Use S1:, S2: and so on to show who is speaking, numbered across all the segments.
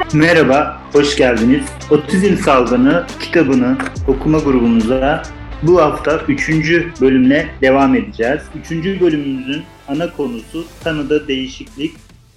S1: Merhaba, hoş geldiniz. Otizm Salgını kitabını okuma grubumuza bu hafta 3. bölümle devam edeceğiz. 3. bölümümüzün ana konusu tanıda değişiklik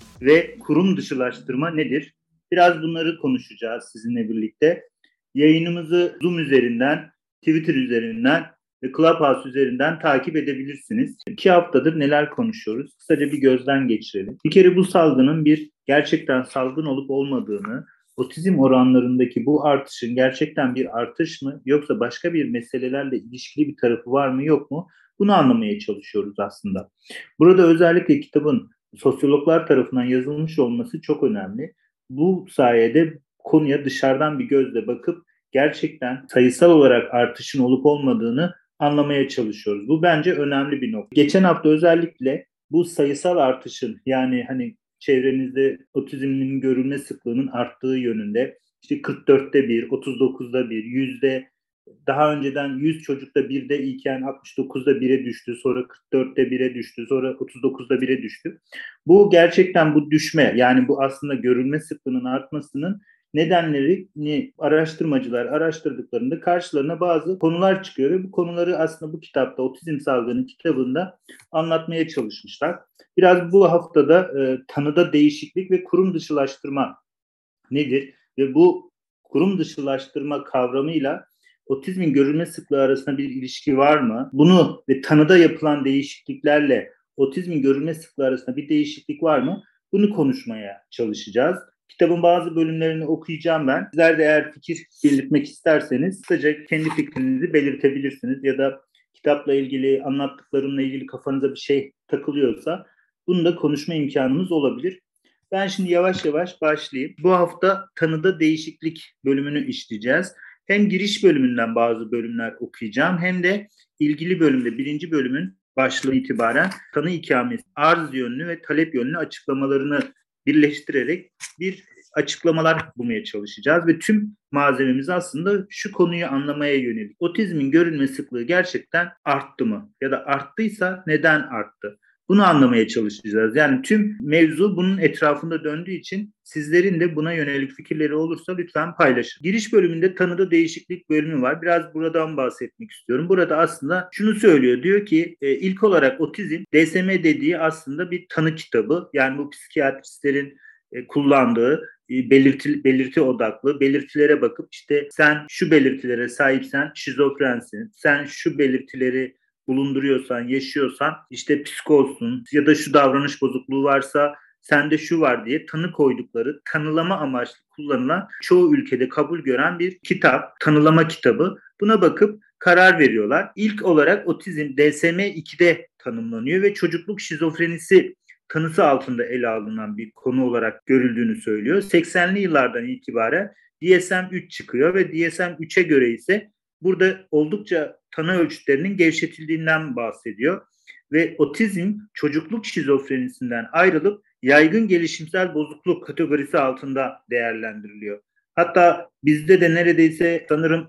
S1: ve kurum dışılaştırma nedir? Biraz bunları konuşacağız sizinle birlikte. Yayınımızı Zoom üzerinden, Twitter üzerinden ve Clubhouse üzerinden takip edebilirsiniz. 2 haftadır neler konuşuyoruz? Kısaca bir gözden geçirelim. Bir kere bu salgının gerçekten salgın olup olmadığını, otizm oranlarındaki bu artışın gerçekten bir artış mı yoksa başka bir meselelerle ilişkili bir tarafı var mı yok mu? Bunu anlamaya çalışıyoruz aslında. Burada özellikle kitabın sosyologlar tarafından yazılmış olması çok önemli. Bu sayede konuya dışarıdan bir gözle bakıp gerçekten sayısal olarak artışın olup olmadığını anlamaya çalışıyoruz. Bu bence önemli bir nokta. Geçen hafta özellikle bu sayısal artışın yani hani çevrenizde otizminin görülme sıklığının arttığı yönünde işte 44'te bir, 39'da bir, yüzde daha önceden 100 çocukta birde iken 69'da 1'e düştü. Sonra 44'te 1'e düştü. Sonra 39'da 1'e düştü. Bu gerçekten bu düşme yani bu aslında görülme sıklığının artmasının nedenlerini araştırmacılar araştırdıklarında karşılarına bazı konular çıkıyor ve bu konuları aslında bu kitapta Otizm Salgını kitabında anlatmaya çalışmışlar. Biraz bu haftada tanıda değişiklik ve kurum dışılaştırma nedir ve bu kurum dışılaştırma kavramıyla otizmin görülme sıklığı arasında bir ilişki var mı? Bunu ve tanıda yapılan değişikliklerle otizmin görülme sıklığı arasında bir değişiklik var mı? Bunu konuşmaya çalışacağız. Kitabın bazı bölümlerini okuyacağım ben. Sizler de eğer fikir belirtmek isterseniz kısaca kendi fikrinizi belirtebilirsiniz ya da kitapla ilgili, anlattıklarımla ilgili kafanıza bir şey takılıyorsa bunu da konuşma imkanımız olabilir. Ben şimdi yavaş yavaş başlayayım. Bu hafta tanıda değişiklik bölümünü işleyeceğiz. Hem giriş bölümünden bazı bölümler okuyacağım hem de ilgili bölümde birinci bölümün başlığı itibaren tanı ikamesi, arz yönlü ve talep yönlü açıklamalarını birleştirerek bir açıklamalar bulmaya çalışacağız ve tüm malzememiz aslında şu konuyu anlamaya yönelik. Otizmin görülme sıklığı gerçekten arttı mı? Ya da arttıysa neden arttı? Bunu anlamaya çalışacağız. Yani tüm mevzu bunun etrafında döndüğü için sizlerin de buna yönelik fikirleri olursa lütfen paylaşın. Giriş bölümünde tanıda değişiklik bölümü var. Biraz buradan bahsetmek istiyorum. Burada aslında şunu söylüyor. Diyor ki ilk olarak otizm DSM dediği aslında bir tanı kitabı. Yani bu psikiyatristlerin kullandığı belirti odaklı belirtilere bakıp işte sen şu belirtilere sahipsen şizofrensin, sen şu belirtileri bulunduruyorsan, yaşıyorsan işte psikozsun ya da şu davranış bozukluğu varsa sende şu var diye tanı koydukları, tanılama amaçlı kullanılan çoğu ülkede kabul gören bir kitap, tanılama kitabı. Buna bakıp karar veriyorlar. İlk olarak otizm DSM-2'de tanımlanıyor ve çocukluk şizofrenisi tanısı altında ele alınan bir konu olarak görüldüğünü söylüyor. 80'li yıllardan itibaren DSM-3 çıkıyor ve DSM-3'e göre ise burada oldukça tanı ölçütlerinin gevşetildiğinden bahsediyor. Ve otizm çocukluk şizofrenisinden ayrılıp yaygın gelişimsel bozukluk kategorisi altında değerlendiriliyor. Hatta bizde de neredeyse sanırım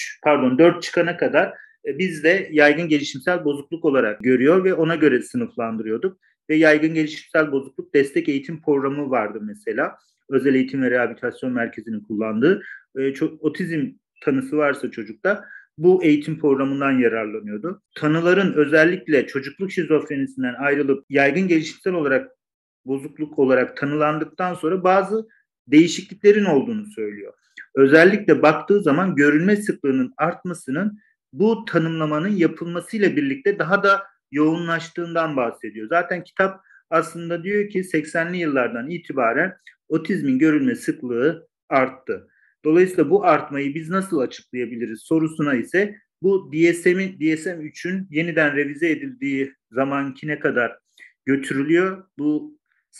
S1: 4 çıkana kadar bizde yaygın gelişimsel bozukluk olarak görüyor ve ona göre sınıflandırıyorduk. Ve yaygın gelişimsel bozukluk destek eğitim programı vardı mesela. Özel eğitim ve rehabilitasyon merkezinin kullandığı. Otizm tanısı varsa çocukta bu eğitim programından yararlanıyordu. Tanıların özellikle çocukluk şizofrenisinden ayrılıp yaygın gelişimsel olarak bozukluk olarak tanılandıktan sonra bazı değişikliklerin olduğunu söylüyor. Özellikle baktığı zaman görülme sıklığının artmasının bu tanımlamanın yapılmasıyla birlikte daha da yoğunlaştığından bahsediyor. Zaten kitap aslında diyor ki 80'li yıllardan itibaren otizmin görülme sıklığı arttı. Dolayısıyla bu artmayı biz nasıl açıklayabiliriz sorusuna ise bu DSM-3'ün yeniden revize edildiği zamankine kadar götürülüyor. Bu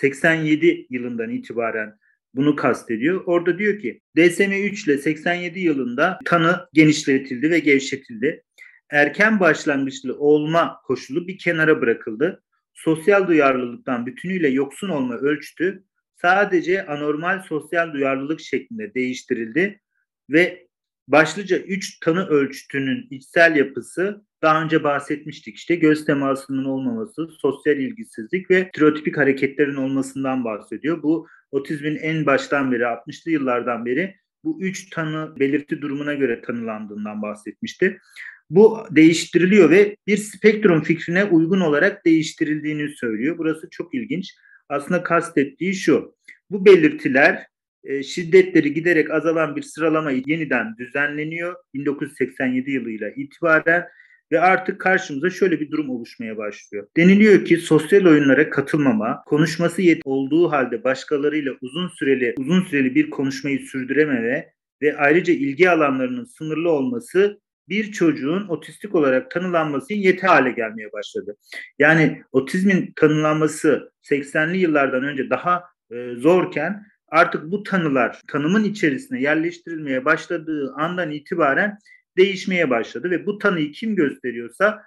S1: 87 yılından itibaren bunu kastediyor. Orada diyor ki DSM-3 ile 87 yılında tanı genişletildi ve gevşetildi. Erken başlangıçlı olma koşulu bir kenara bırakıldı. Sosyal duyarlılıktan bütünüyle yoksun olma ölçütü sadece anormal sosyal duyarlılık şeklinde değiştirildi ve başlıca 3 tanı ölçütünün içsel yapısı, daha önce bahsetmiştik, işte göz temasının olmaması, sosyal ilgisizlik ve stereotipik hareketlerin olmasından bahsediyor. Bu otizmin en baştan beri, 60'lı yıllardan beri bu 3 tanı belirti durumuna göre tanılandığından bahsetmişti. Bu değiştiriliyor ve bir spektrum fikrine uygun olarak değiştirildiğini söylüyor. Burası çok ilginç. Aslında kastettiği şu: bu belirtiler şiddetleri giderek azalan bir sıralama yeniden düzenleniyor 1987 yılıyla itibaren ve artık karşımıza şöyle bir durum oluşmaya başlıyor. Deniliyor ki sosyal oyunlara katılmama, konuşması olduğu halde başkalarıyla uzun süreli bir konuşmayı sürdürememe ve ayrıca ilgi alanlarının sınırlı olması bir çocuğun otistik olarak tanılanması için yeterli hale gelmeye başladı. Yani otizmin tanımlanması 80'li yıllardan önce daha zorken artık bu tanılar tanımın içerisine yerleştirilmeye başladığı andan itibaren değişmeye başladı ve bu tanıyı kim gösteriyorsa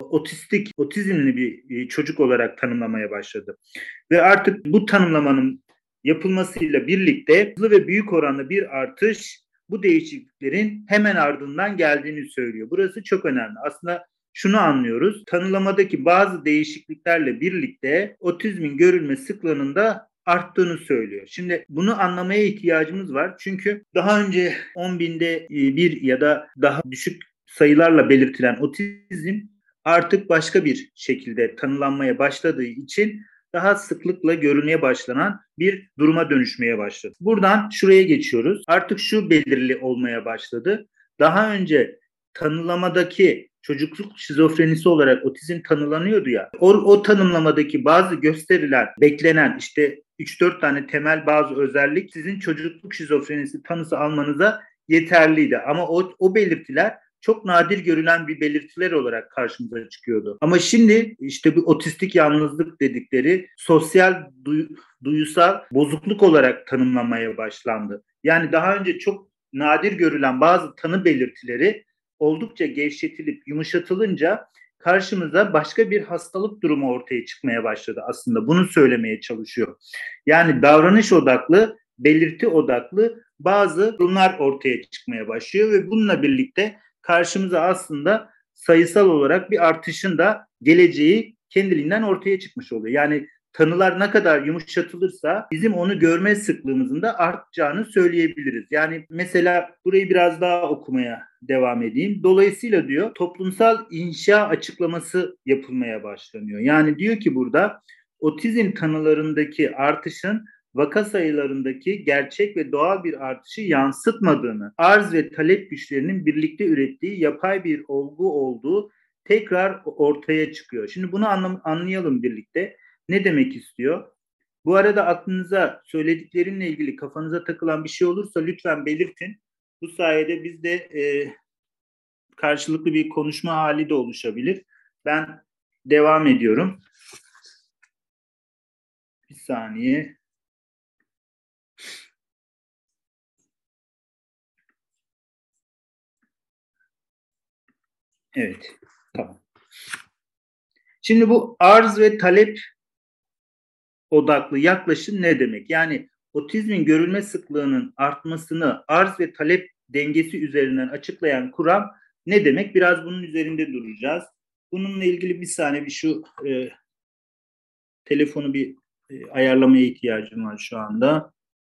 S1: otizmli bir çocuk olarak tanımlamaya başladı. Ve artık bu tanımlamanın yapılmasıyla birlikte hızlı ve büyük oranda bir artış bu değişikliklerin hemen ardından geldiğini söylüyor. Burası çok önemli. Aslında şunu anlıyoruz: tanılamadaki bazı değişikliklerle birlikte otizmin görülme sıklığının da arttığını söylüyor. Şimdi bunu anlamaya ihtiyacımız var. Çünkü daha önce 10 binde bir ya da daha düşük sayılarla belirtilen otizm artık başka bir şekilde tanımlanmaya başladığı için daha sıklıkla görülmeye başlanan bir duruma dönüşmeye başladı. Buradan şuraya geçiyoruz. Artık şu belirli olmaya başladı. Daha önce tanılamadaki çocukluk şizofrenisi olarak otizm tanılanıyordu ya. O tanımlamadaki bazı gösterilen, beklenen işte 3-4 tane temel bazı özellik sizin çocukluk şizofrenisi tanısı almanıza yeterliydi. Ama o belirtiler çok nadir görülen bir belirtiler olarak karşımıza çıkıyordu. Ama şimdi işte bu otistik yalnızlık dedikleri sosyal duyusal bozukluk olarak tanımlamaya başlandı. Yani daha önce çok nadir görülen bazı tanı belirtileri oldukça gevşetilip yumuşatılınca karşımıza başka bir hastalık durumu ortaya çıkmaya başladı aslında. Bunu söylemeye çalışıyor. Yani davranış odaklı, belirti odaklı bazı durumlar ortaya çıkmaya başlıyor ve bununla birlikte karşımıza aslında sayısal olarak bir artışın da geleceği kendiliğinden ortaya çıkmış oluyor. Yani tanılar ne kadar yumuşatılırsa bizim onu görme sıklığımızın da artacağını söyleyebiliriz. Yani mesela burayı biraz daha okumaya devam edeyim. Dolayısıyla diyor toplumsal inşa açıklaması yapılmaya başlanıyor. Yani diyor ki burada otizm tanılarındaki artışın vaka sayılarındaki gerçek ve doğal bir artışı yansıtmadığını, arz ve talep güçlerinin birlikte ürettiği yapay bir olgu olduğu tekrar ortaya çıkıyor. Şimdi bunu anlayalım birlikte. Ne demek istiyor? Bu arada aklınıza söylediklerimle ilgili kafanıza takılan bir şey olursa lütfen belirtin. Bu sayede bizde karşılıklı bir konuşma hali de oluşabilir. Ben devam ediyorum. Bir saniye. Evet, tamam. Şimdi bu arz ve talep odaklı yaklaşım ne demek? Yani otizmin görülme sıklığının artmasını arz ve talep dengesi üzerinden açıklayan kuram ne demek? Biraz bunun üzerinde duracağız. Bununla ilgili bir saniye şu telefonu ayarlamaya ihtiyacım var şu anda.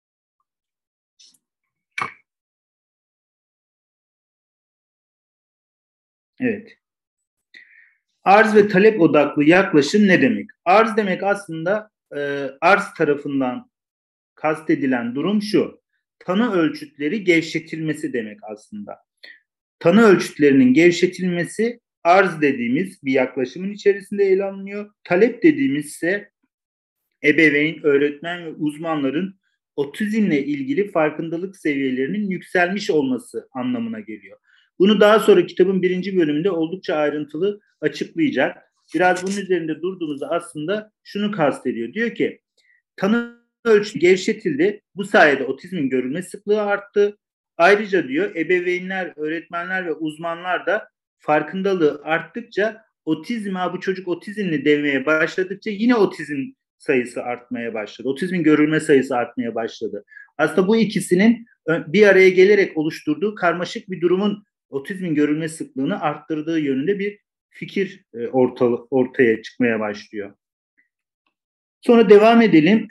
S1: Evet. Arz ve talep odaklı yaklaşım ne demek? Arz demek aslında arz tarafından kastedilen durum şu: tanı ölçütleri gevşetilmesi demek aslında. Tanı ölçütlerinin gevşetilmesi arz dediğimiz bir yaklaşımın içerisinde ele alınıyor. Talep dediğimiz ise ebeveyn, öğretmen ve uzmanların otizmle ilgili farkındalık seviyelerinin yükselmiş olması anlamına geliyor. Bunu daha sonra kitabın 1. bölümünde oldukça ayrıntılı açıklayacak. Biraz bunun üzerinde durduğumuzda aslında şunu kastediyor. Diyor ki tanı ölçütü gevşetildi. Bu sayede otizmin görülme sıklığı arttı. Ayrıca diyor ebeveynler, öğretmenler ve uzmanlar da farkındalığı arttıkça bu çocuk otizmli demeye başladıkça yine otizm sayısı artmaya başladı. Otizmin görülme sayısı artmaya başladı. Aslında bu ikisinin bir araya gelerek oluşturduğu karmaşık bir durumun otizmin görülme sıklığını arttırdığı yönünde bir fikir ortaya çıkmaya başlıyor. Sonra devam edelim.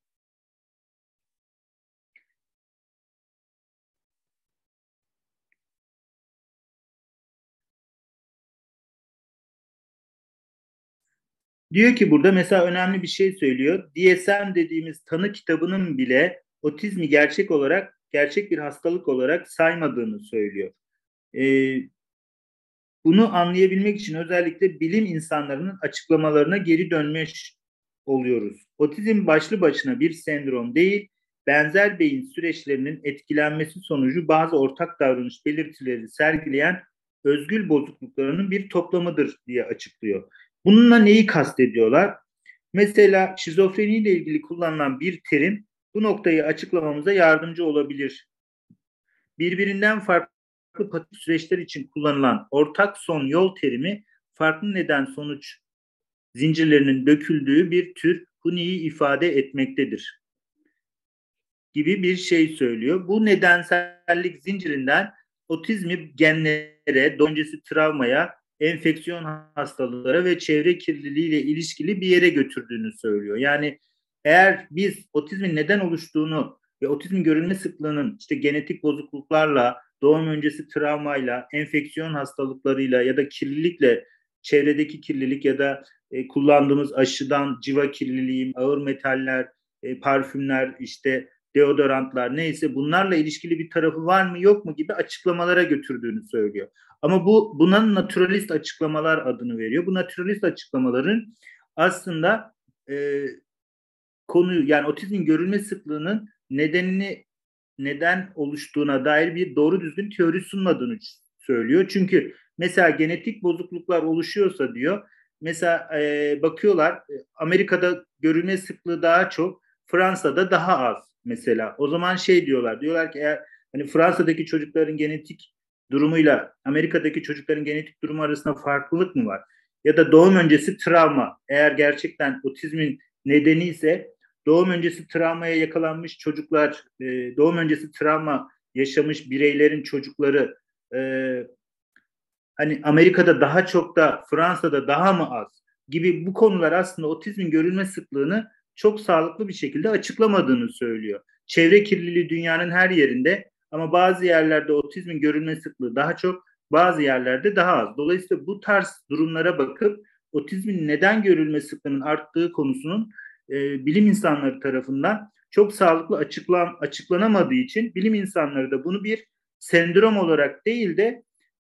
S1: Diyor ki burada mesela önemli bir şey söylüyor. DSM dediğimiz tanı kitabının bile otizmi gerçek bir hastalık olarak saymadığını söylüyor. Bunu anlayabilmek için özellikle bilim insanlarının açıklamalarına geri dönmüş oluyoruz. Otizm başlı başına bir sendrom değil, benzer beyin süreçlerinin etkilenmesi sonucu bazı ortak davranış belirtileri sergileyen özgül bozukluklarının bir toplamıdır diye açıklıyor. Bununla neyi kastediyorlar? Mesela şizofreni ile ilgili kullanılan bir terim bu noktayı açıklamamıza yardımcı olabilir. Birbirinden farklı patik süreçler için kullanılan ortak son yol terimi farklı neden sonuç zincirlerinin döküldüğü bir tür huniyi ifade etmektedir gibi bir şey söylüyor. Bu nedensellik zincirinden otizmi genlere, doğum öncesi travmaya, enfeksiyon hastalıklara ve çevre kirliliğiyle ilişkili bir yere götürdüğünü söylüyor. Yani eğer biz otizmin neden oluştuğunu ve otizm görülme sıklığının işte genetik bozukluklarla, doğum öncesi travmayla, enfeksiyon hastalıklarıyla ya da kirlilikle, çevredeki kirlilik ya da kullandığımız aşıdan civa kirliliği, ağır metaller, parfümler, işte deodorantlar neyse bunlarla ilişkili bir tarafı var mı yok mu gibi açıklamalara götürdüğünü söylüyor. Ama buna naturalist açıklamalar adını veriyor. Bu naturalist açıklamaların aslında konuyu yani otizmin görülme sıklığının neden oluştuğuna dair bir doğru düzgün teori sunmadığını söylüyor. Çünkü mesela genetik bozukluklar oluşuyorsa diyor, mesela bakıyorlar Amerika'da görülme sıklığı daha çok, Fransa'da daha az mesela. O zaman diyorlar ki eğer hani Fransa'daki çocukların genetik durumuyla Amerika'daki çocukların genetik durumu arasında farklılık mı var? Ya da doğum öncesi travma eğer gerçekten otizmin nedeni ise doğum öncesi travmaya yakalanmış çocuklar, doğum öncesi travma yaşamış bireylerin çocukları hani Amerika'da daha çok da Fransa'da daha mı az gibi bu konular aslında otizmin görülme sıklığını çok sağlıklı bir şekilde açıklamadığını söylüyor. Çevre kirliliği dünyanın her yerinde ama bazı yerlerde otizmin görülme sıklığı daha çok, bazı yerlerde daha az. Dolayısıyla bu tarz durumlara bakıp otizmin neden görülme sıklığının arttığı konusunun bilim insanları tarafından çok sağlıklı açıklanamadığı için bilim insanları da bunu bir sendrom olarak değil de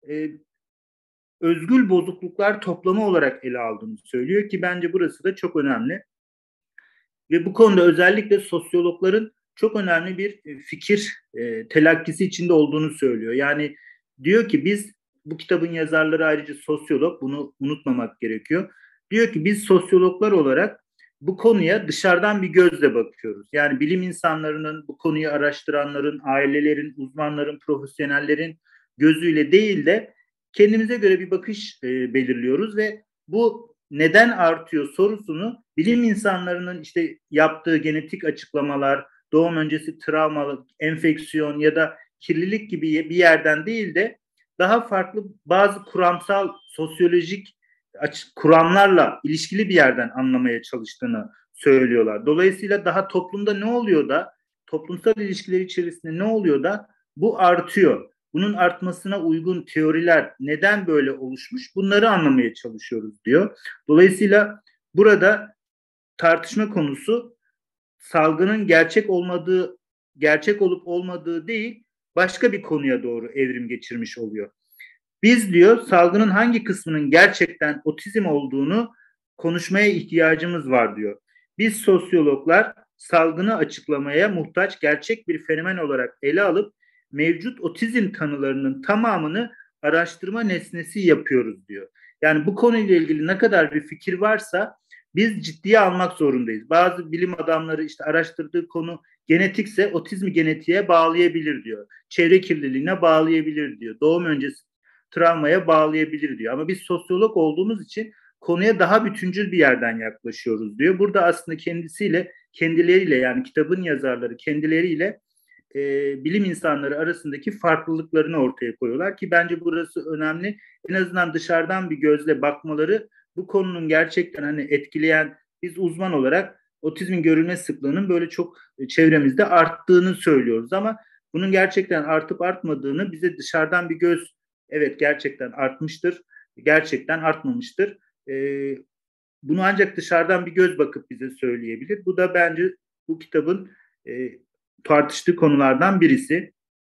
S1: özgül bozukluklar toplamı olarak ele aldığını söylüyor ki bence burası da çok önemli. Ve bu konuda özellikle sosyologların çok önemli bir fikir telakkisi içinde olduğunu söylüyor. Yani diyor ki biz, bu kitabın yazarları ayrıca sosyolog, bunu unutmamak gerekiyor. Diyor ki biz sosyologlar olarak bu konuya dışarıdan bir gözle bakıyoruz. Yani bilim insanlarının, bu konuyu araştıranların, ailelerin, uzmanların, profesyonellerin gözüyle değil de kendimize göre bir bakış belirliyoruz ve bu neden artıyor sorusunu bilim insanlarının işte yaptığı genetik açıklamalar, doğum öncesi travma, enfeksiyon ya da kirlilik gibi bir yerden değil de daha farklı bazı kuramsal, sosyolojik kuramlarla ilişkili bir yerden anlamaya çalıştığını söylüyorlar. Dolayısıyla daha toplumda ne oluyor da, toplumsal ilişkiler içerisinde ne oluyor da bu artıyor. Bunun artmasına uygun teoriler neden böyle oluşmuş? Bunları anlamaya çalışıyoruz diyor. Dolayısıyla burada tartışma konusu salgının gerçek olup olmadığı değil, başka bir konuya doğru evrim geçirmiş oluyor. Biz diyor salgının hangi kısmının gerçekten otizm olduğunu konuşmaya ihtiyacımız var diyor. Biz sosyologlar salgını açıklamaya muhtaç gerçek bir fenomen olarak ele alıp mevcut otizm tanılarının tamamını araştırma nesnesi yapıyoruz diyor. Yani bu konuyla ilgili ne kadar bir fikir varsa biz ciddiye almak zorundayız. Bazı bilim adamları işte araştırdığı konu genetikse otizmi genetiğe bağlayabilir diyor. Çevre kirliliğine bağlayabilir diyor. Doğum öncesi travmaya bağlayabilir diyor. Ama biz sosyolog olduğumuz için konuya daha bütüncül bir yerden yaklaşıyoruz diyor. Burada aslında kendileriyle yani kitabın yazarları kendileriyle bilim insanları arasındaki farklılıklarını ortaya koyuyorlar ki bence burası önemli. En azından dışarıdan bir gözle bakmaları bu konunun gerçekten hani etkileyen, biz uzman olarak otizmin görülme sıklığının böyle çok çevremizde arttığını söylüyoruz ama bunun gerçekten artıp artmadığını bize dışarıdan bir göz, evet gerçekten artmıştır, gerçekten artmamıştır. Bunu ancak dışarıdan bir göz bakıp bize söyleyebilir. Bu da bence bu kitabın tartıştığı konulardan birisi.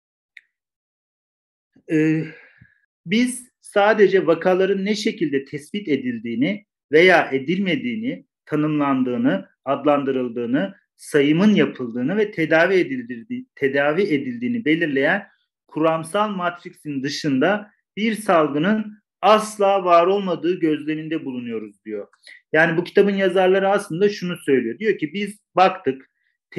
S1: Biz sadece vakaların ne şekilde tespit edildiğini veya edilmediğini, tanımlandığını, adlandırıldığını, sayımın yapıldığını ve tedavi edildiğini belirleyen kuramsal matriksin dışında bir salgının asla var olmadığı gözleminde bulunuyoruz diyor. Yani bu kitabın yazarları aslında şunu söylüyor. Diyor ki biz baktık,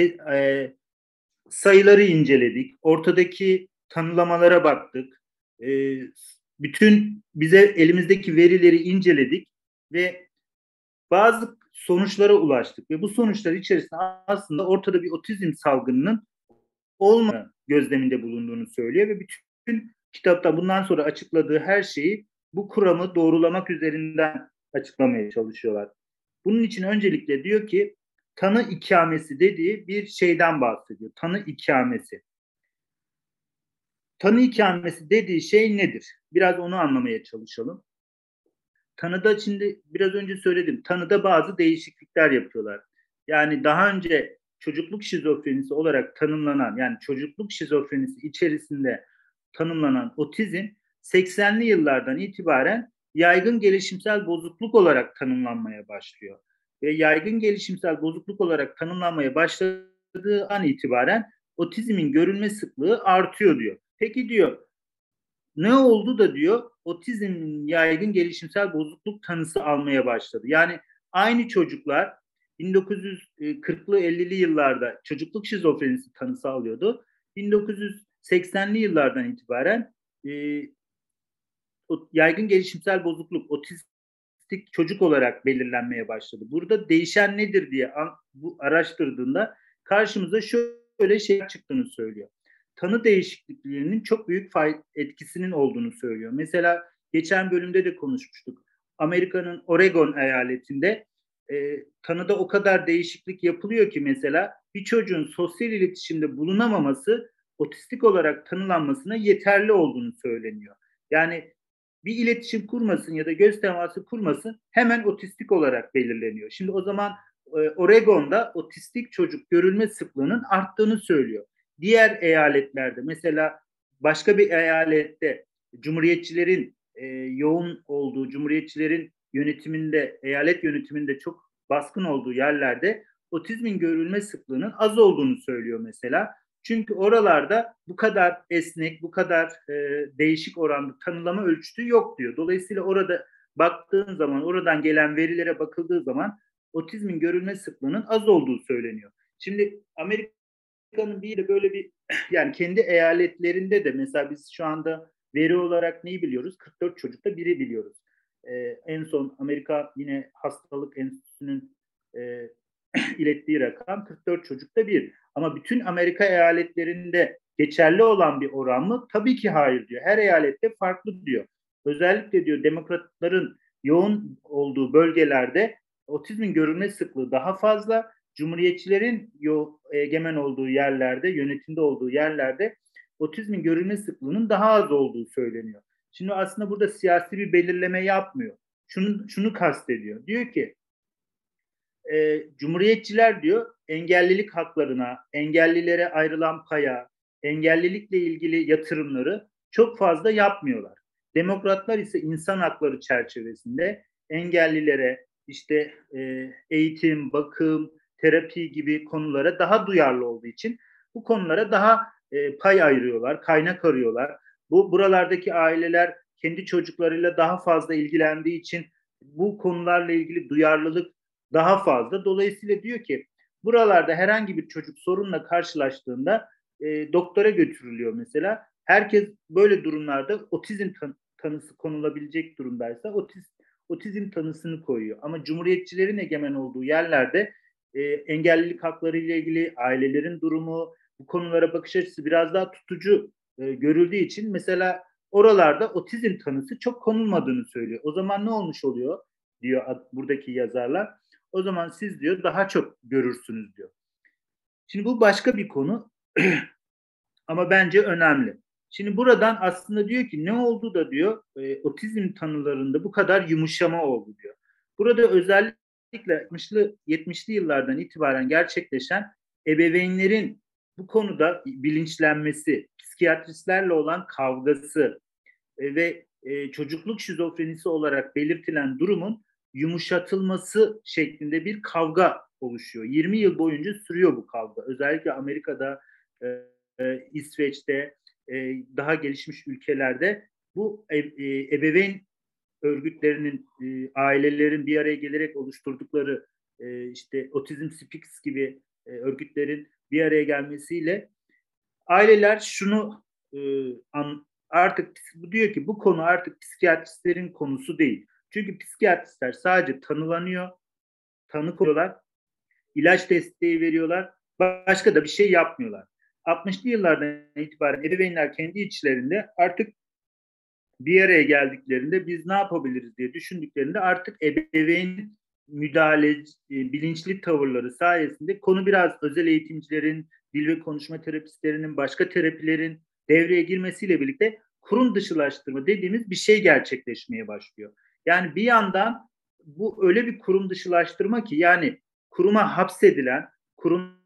S1: sayıları inceledik, ortadaki tanımlamalara baktık, bütün bize elimizdeki verileri inceledik ve bazı sonuçlara ulaştık ve bu sonuçlar içerisinde aslında ortada bir otizm salgınının olmadığı gözleminde bulunduğunu söylüyor ve bütün kitapta bundan sonra açıkladığı her şeyi bu kuramı doğrulamak üzerinden açıklamaya çalışıyorlar. Bunun için öncelikle diyor ki tanı ikamesi dediği bir şeyden bahsediyor. Tanı ikamesi. Tanı ikamesi dediği şey nedir? Biraz onu anlamaya çalışalım. Tanıda şimdi biraz önce söyledim. Tanıda bazı değişiklikler yapıyorlar. Yani daha önce çocukluk şizofrenisi olarak tanımlanan, yani çocukluk şizofrenisi içerisinde tanımlanan otizm 80'li yıllardan itibaren yaygın gelişimsel bozukluk olarak tanımlanmaya başlıyor. Ve yaygın gelişimsel bozukluk olarak tanımlanmaya başladığı an itibaren otizmin görülme sıklığı artıyor diyor. Peki diyor, ne oldu da diyor otizm yaygın gelişimsel bozukluk tanısı almaya başladı. Yani aynı çocuklar 1940'lı 50'li yıllarda çocukluk şizofrenisi tanısı alıyordu. 1980'li yıllardan itibaren yaygın gelişimsel bozukluk, otistik çocuk olarak belirlenmeye başladı. Burada değişen nedir diye bu araştırdığında karşımıza şöyle şey çıktığını söylüyor. Tanı değişikliklerinin çok büyük etkisinin olduğunu söylüyor. Mesela geçen bölümde de konuşmuştuk. Amerika'nın Oregon eyaletinde tanıda o kadar değişiklik yapılıyor ki mesela bir çocuğun sosyal iletişimde bulunamaması otistik olarak tanılanmasına yeterli olduğunu söyleniyor. Yani bir iletişim kurmasın ya da göz teması kurmasın hemen otistik olarak belirleniyor. Şimdi o zaman Oregon'da otistik çocuk görülme sıklığının arttığını söylüyor. Diğer eyaletlerde mesela başka bir eyalette Cumhuriyetçilerin yoğun olduğu, Cumhuriyetçilerin yönetiminde, eyalet yönetiminde çok baskın olduğu yerlerde otizmin görülme sıklığının az olduğunu söylüyor mesela. Çünkü oralarda bu kadar esnek, bu kadar değişik oranda tanılama ölçütü yok diyor. Dolayısıyla orada baktığın zaman, oradan gelen verilere bakıldığı zaman otizmin görülme sıklığının az olduğu söyleniyor. Şimdi Amerika'nın bir de böyle bir yani kendi eyaletlerinde de mesela biz şu anda veri olarak neyi biliyoruz? 44 çocukta biri biliyoruz. En son Amerika yine hastalık enstitüsünün ilettiği rakam 44 çocukta bir. Ama bütün Amerika eyaletlerinde geçerli olan bir oran mı? Tabii ki hayır diyor. Her eyalette farklı diyor. Özellikle diyor demokratların yoğun olduğu bölgelerde otizmin görülme sıklığı daha fazla. Cumhuriyetçilerin egemen olduğu yerlerde, yönetimde olduğu yerlerde otizmin görülme sıklığının daha az olduğu söyleniyor. Şimdi aslında burada siyasi bir belirleme yapmıyor. Şunu kastediyor. Diyor ki Cumhuriyetçiler diyor engellilik haklarına, engellilere ayrılan paya, engellilikle ilgili yatırımları çok fazla yapmıyorlar. Demokratlar ise insan hakları çerçevesinde engellilere işte eğitim, bakım, terapi gibi konulara daha duyarlı olduğu için bu konulara daha pay ayırıyorlar, kaynak arıyorlar. Buralardaki aileler kendi çocuklarıyla daha fazla ilgilendiği için bu konularla ilgili duyarlılık daha fazla. Dolayısıyla diyor ki buralarda herhangi bir çocuk sorunla karşılaştığında doktora götürülüyor mesela. Herkes böyle durumlarda otizm tanısı konulabilecek durumdaysa otizm tanısını koyuyor. Ama cumhuriyetçilerin egemen olduğu yerlerde engellilik hakları ile ilgili ailelerin durumu, bu konulara bakış açısı biraz daha tutucu görüldüğü için mesela oralarda otizm tanısı çok konulmadığını söylüyor. O zaman ne olmuş oluyor diyor buradaki yazarlar. O zaman siz diyor daha çok görürsünüz diyor. Şimdi bu başka bir konu ama bence önemli. Şimdi buradan aslında diyor ki ne oldu da diyor otizm tanılarında bu kadar yumuşama oldu diyor. Burada özellikle 60'lı 70'li yıllardan itibaren gerçekleşen ebeveynlerin bu konuda bilinçlenmesi, psikiyatristlerle olan kavgası ve çocukluk şizofrenisi olarak belirtilen durumun yumuşatılması şeklinde bir kavga oluşuyor. 20 yıl boyunca sürüyor bu kavga. Özellikle Amerika'da, İsveç'te, daha gelişmiş ülkelerde bu ebeveyn örgütlerinin, ailelerin bir araya gelerek oluşturdukları işte Autism Speaks gibi örgütlerin bir araya gelmesiyle aileler şunu artık diyor ki bu konu artık psikiyatristlerin konusu değil. Çünkü psikiyatristler sadece tanılanıyor, tanı koyuyorlar, ilaç desteği veriyorlar, başka da bir şey yapmıyorlar. 60'lı yıllardan itibaren ebeveynler kendi içlerinde artık bir araya geldiklerinde biz ne yapabiliriz diye düşündüklerinde artık ebeveyn müdahale, bilinçli tavırları sayesinde konu biraz özel eğitimcilerin, dil ve konuşma terapistlerinin, başka terapilerin devreye girmesiyle birlikte kurum dışılaştırma dediğimiz bir şey gerçekleşmeye başlıyor. Yani bir yandan bu öyle bir kurum dışılaştırma ki yani kuruma hapsedilen, kurum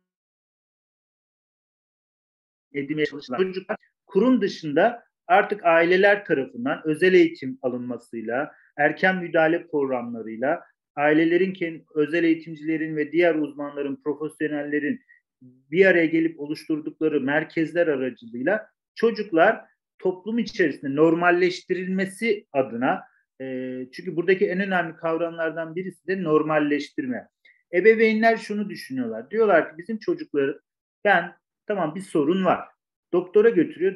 S1: edilmeye çalışılan çocuklar kurum dışında artık aileler tarafından özel eğitim alınmasıyla, erken müdahale programlarıyla, ailelerin, özel eğitimcilerin ve diğer uzmanların, profesyonellerin bir araya gelip oluşturdukları merkezler aracılığıyla çocuklar toplum içerisinde normalleştirilmesi adına, çünkü buradaki en önemli kavramlardan birisi de normalleştirme. Ebeveynler şunu düşünüyorlar. Diyorlar ki bizim çocukları tamam bir sorun var. Doktora götürüyor.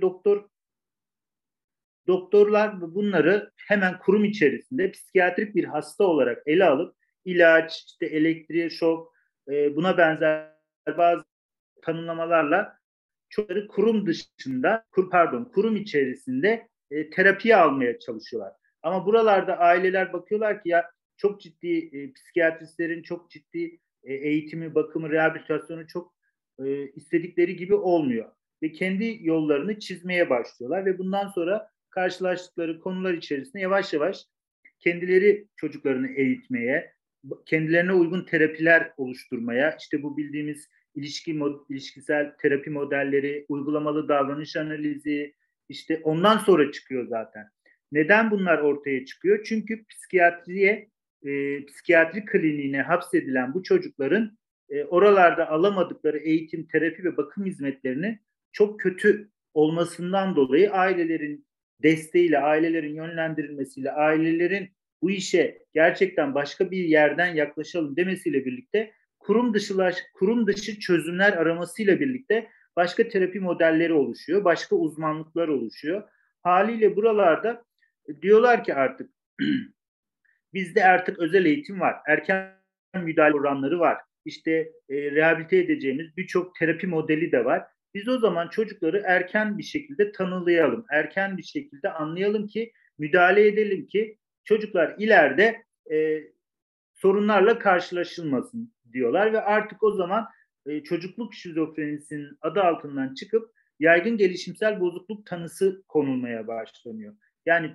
S1: Doktorlar bunları hemen kurum içerisinde psikiyatrik bir hasta olarak ele alıp ilaç, işte elektriğe şok, buna benzer bazı tanımlamalarla çocukları kurum dışında, kurum içerisinde terapiye almaya çalışıyorlar. Ama buralarda aileler bakıyorlar ki ya çok ciddi psikiyatristlerin çok ciddi eğitimi, bakımı, rehabilitasyonu çok istedikleri gibi olmuyor. Ve kendi yollarını çizmeye başlıyorlar ve bundan sonra karşılaştıkları konular içerisinde yavaş yavaş kendileri çocuklarını eğitmeye, kendilerine uygun terapiler oluşturmaya, işte bu bildiğimiz ilişkisel terapi modelleri, uygulamalı davranış analizi, işte ondan sonra çıkıyor zaten. Neden bunlar ortaya çıkıyor? Çünkü psikiyatri kliniğine hapsedilen bu çocukların oralarda alamadıkları eğitim, terapi ve bakım hizmetlerini çok kötü olmasından dolayı ailelerin desteğiyle, ailelerin yönlendirilmesiyle, ailelerin bu işe gerçekten başka bir yerden yaklaşalım demesiyle birlikte kurum dışı çözümler aramasıyla birlikte başka terapi modelleri oluşuyor, başka uzmanlıklar oluşuyor. Haliyle buralarda diyorlar ki artık bizde artık özel eğitim var, erken müdahale oranları var, işte rehabilite edeceğimiz birçok terapi modeli de var. Biz o zaman çocukları erken bir şekilde tanılayalım, erken bir şekilde anlayalım ki müdahale edelim ki çocuklar ileride sorunlarla karşılaşılmasın diyorlar ve artık o zaman çocukluk şizofrenisinin adı altından çıkıp yaygın gelişimsel bozukluk tanısı konulmaya başlanıyor. Yani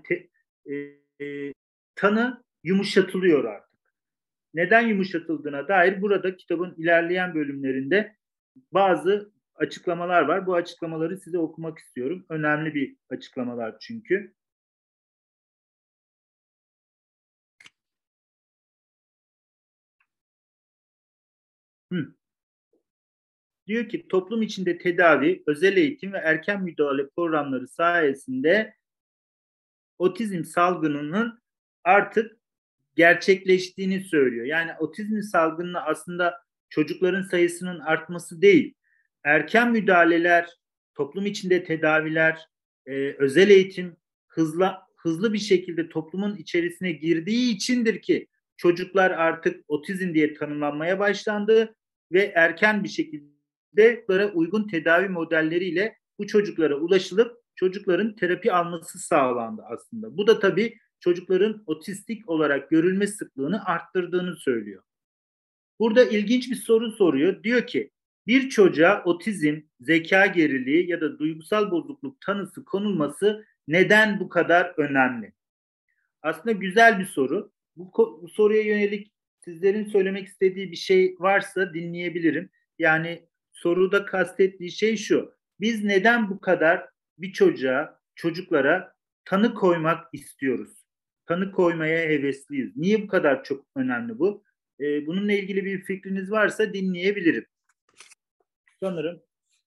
S1: tanı yumuşatılıyor artık. Neden yumuşatıldığına dair burada kitabın ilerleyen bölümlerinde bazı açıklamalar var. Bu açıklamaları size okumak istiyorum. Önemli bir açıklamalar çünkü. Diyor ki toplum içinde tedavi, özel eğitim ve erken müdahale programları sayesinde otizm salgınının artık gerçekleştiğini söylüyor. Yani otizm salgınının aslında çocukların sayısının artması değil, erken müdahaleler, toplum içinde tedaviler, özel eğitim hızlı bir şekilde toplumun içerisine girdiği içindir ki çocuklar artık otizm diye tanımlanmaya başlandı ve erken bir şekilde de uygun tedavi modelleriyle bu çocuklara ulaşılıp çocukların terapi alması sağlandı aslında. Bu da tabii çocukların otistik olarak görülme sıklığını arttırdığını söylüyor. Burada ilginç bir soru soruyor. Diyor ki bir çocuğa otizm, zeka geriliği ya da duygusal bozukluk tanısı konulması neden bu kadar önemli? Aslında güzel bir soru. Bu soruya yönelik sizlerin söylemek istediği bir şey varsa dinleyebilirim. Yani soruda kastettiği şey şu. Biz neden bu kadar bir çocuklara tanı koymak istiyoruz? Tanı koymaya hevesliyiz. Niye bu kadar çok önemli bu? Bununla ilgili bir fikriniz varsa dinleyebilirim. Sanırım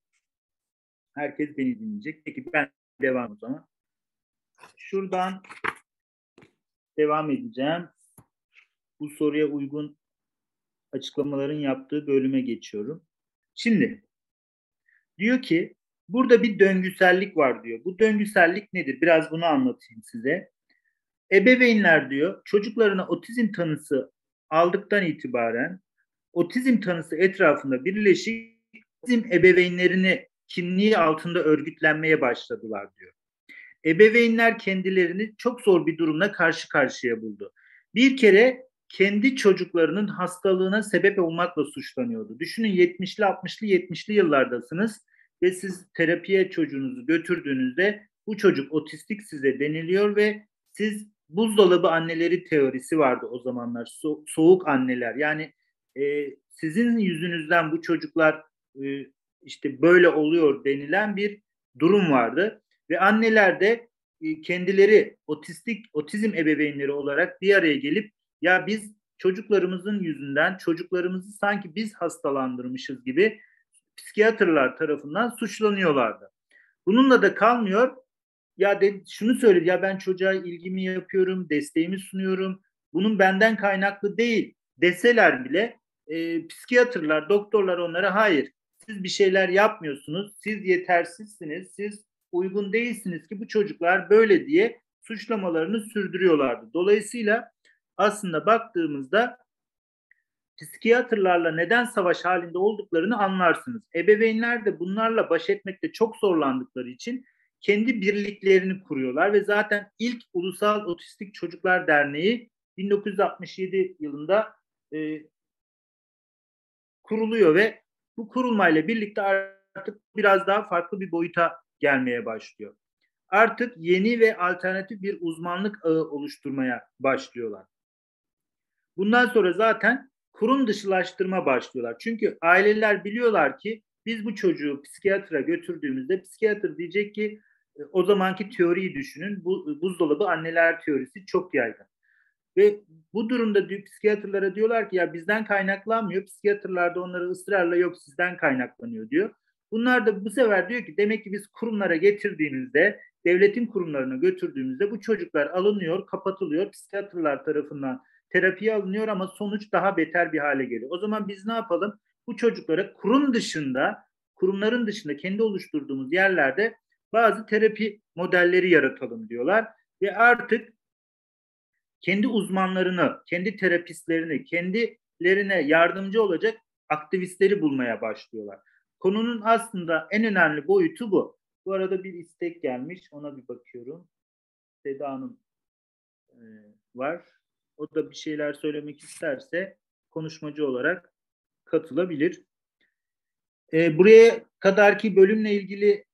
S1: herkes beni dinleyecek. Peki ben devam o zaman. Şuradan devam edeceğim. Bu soruya uygun açıklamaların yaptığı bölüme geçiyorum. Şimdi diyor ki burada bir döngüsellik var diyor. Bu döngüsellik nedir? Biraz bunu anlatayım size. Ebeveynler diyor çocuklarına otizm tanısı aldıktan itibaren otizm tanısı etrafında birleşik otizm ebeveynlerini kimliği altında örgütlenmeye başladılar diyor. Ebeveynler kendilerini çok zor bir durumla karşı karşıya buldu. Bir kere kendi çocuklarının hastalığına sebep olmakla suçlanıyordu. Düşünün 70'li 60'lı 70'li yıllardasınız ve siz terapiye çocuğunuzu götürdüğünüzde bu çocuk otistik size deniliyor ve siz buzdolabı anneleri teorisi vardı o zamanlar. Soğuk anneler. Yani sizin yüzünüzden bu çocuklar işte böyle oluyor denilen bir durum vardı. Ve anneler de kendileri otizm ebeveynleri olarak bir araya gelip ya biz çocuklarımızın yüzünden çocuklarımızı sanki biz hastalandırmışız gibi psikiyatrlar tarafından suçlanıyorlardı. Bununla da kalmıyor. Ya şunu söyledi ya ben çocuğa ilgimi yapıyorum, desteğimi sunuyorum. Bunun benden kaynaklı değil deseler bile psikiyatrlar, doktorlar onlara hayır siz bir şeyler yapmıyorsunuz, siz yetersizsiniz, siz uygun değilsiniz ki bu çocuklar böyle diye suçlamalarını sürdürüyorlardı. Dolayısıyla aslında baktığımızda psikiyatrlarla neden savaş halinde olduklarını anlarsınız. Ebeveynler de bunlarla baş etmekte çok zorlandıkları için kendi birliklerini kuruyorlar ve zaten ilk Ulusal Otistik Çocuklar Derneği 1967 yılında kuruluyor ve bu kurulmayla birlikte artık biraz daha farklı bir boyuta gelmeye başlıyor. Artık yeni ve alternatif bir uzmanlık ağı oluşturmaya başlıyorlar. Bundan sonra zaten kurum dışılaştırma başlıyorlar. Çünkü aileler biliyorlar ki biz bu çocuğu psikiyatra götürdüğümüzde psikiyatr diyecek ki o zamanki teoriyi düşünün. Bu buzdolabı anneler teorisi çok yaygın. Ve bu durumda psikiyatrlara diyorlar ki ya bizden kaynaklanmıyor. Psikiyatrlar da onları ısrarla yok sizden kaynaklanıyor diyor. Bunlar da bu sefer diyor ki demek ki biz kurumlara getirdiğimizde, devletin kurumlarına götürdüğümüzde bu çocuklar alınıyor, kapatılıyor. Psikiyatrlar tarafından terapiye alınıyor ama sonuç daha beter bir hale geliyor. O zaman biz ne yapalım? Bu çocuklara kurumların dışında kendi oluşturduğumuz yerlerde bazı terapi modelleri yaratalım diyorlar. Ve artık kendi uzmanlarını, kendi terapistlerini, kendilerine yardımcı olacak aktivistleri bulmaya başlıyorlar. Konunun aslında en önemli boyutu bu. Bu arada bir istek gelmiş, ona bir bakıyorum. Seda Hanım var. O da bir şeyler söylemek isterse konuşmacı olarak katılabilir. Buraya kadarki bölümle ilgili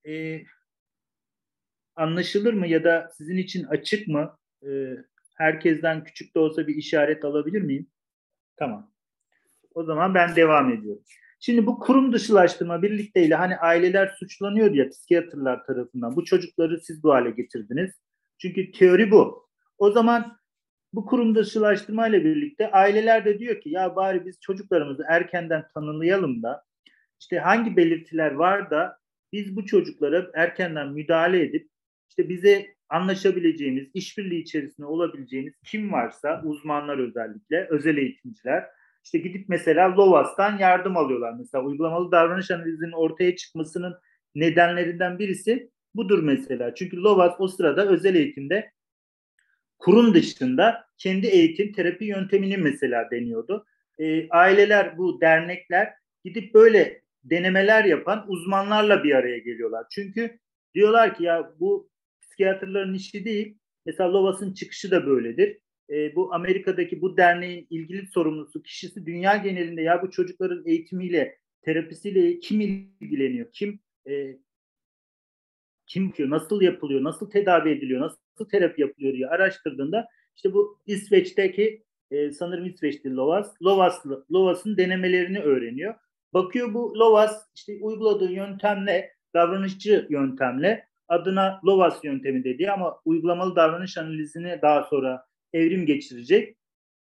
S1: anlaşılır mı ya da sizin için açık mı? Herkesten küçük de olsa bir işaret alabilir miyim? Tamam. O zaman ben devam ediyorum. Şimdi bu kurum dışılaştırma birlikteyle hani aileler suçlanıyor ya psikiyatrlar tarafından. Bu çocukları siz bu hale getirdiniz. Çünkü teori bu. O zaman bu kurum dışılaştırma ile birlikte aileler de diyor ki ya bari biz çocuklarımızı erkenden tanımlayalım da işte hangi belirtiler var da biz bu çocuklara erkenden müdahale edip işte bize anlaşabileceğimiz, işbirliği içerisinde olabileceğimiz kim varsa uzmanlar özellikle, özel eğitimciler işte gidip mesela LOVAS'tan yardım alıyorlar. Mesela uygulamalı davranış analizinin ortaya çıkmasının nedenlerinden birisi budur mesela. Çünkü LOVAS o sırada özel eğitimde kurum dışında kendi eğitim terapi yöntemini mesela deniyordu. Aileler, bu dernekler gidip böyle denemeler yapan uzmanlarla bir araya geliyorlar. Çünkü diyorlar ki ya bu psikiyatrların işi değil. Mesela Lovas'ın çıkışı da böyledir. Bu Amerika'daki bu derneğin ilgili sorumlusu kişisi dünya genelinde ya bu çocukların eğitimiyle, terapisiyle kim ilgileniyor? Kim bakıyor, nasıl yapılıyor, nasıl tedavi ediliyor, nasıl terapi yapılıyor diye araştırdığında işte bu İsveç'teki sanırım İsveç'ti Lovas'ın denemelerini öğreniyor. Bakıyor bu Lovas işte uyguladığı yöntemle, davranışçı yöntemle adına Lovas yöntemi dediği ama uygulamalı davranış analizine daha sonra evrim geçirecek.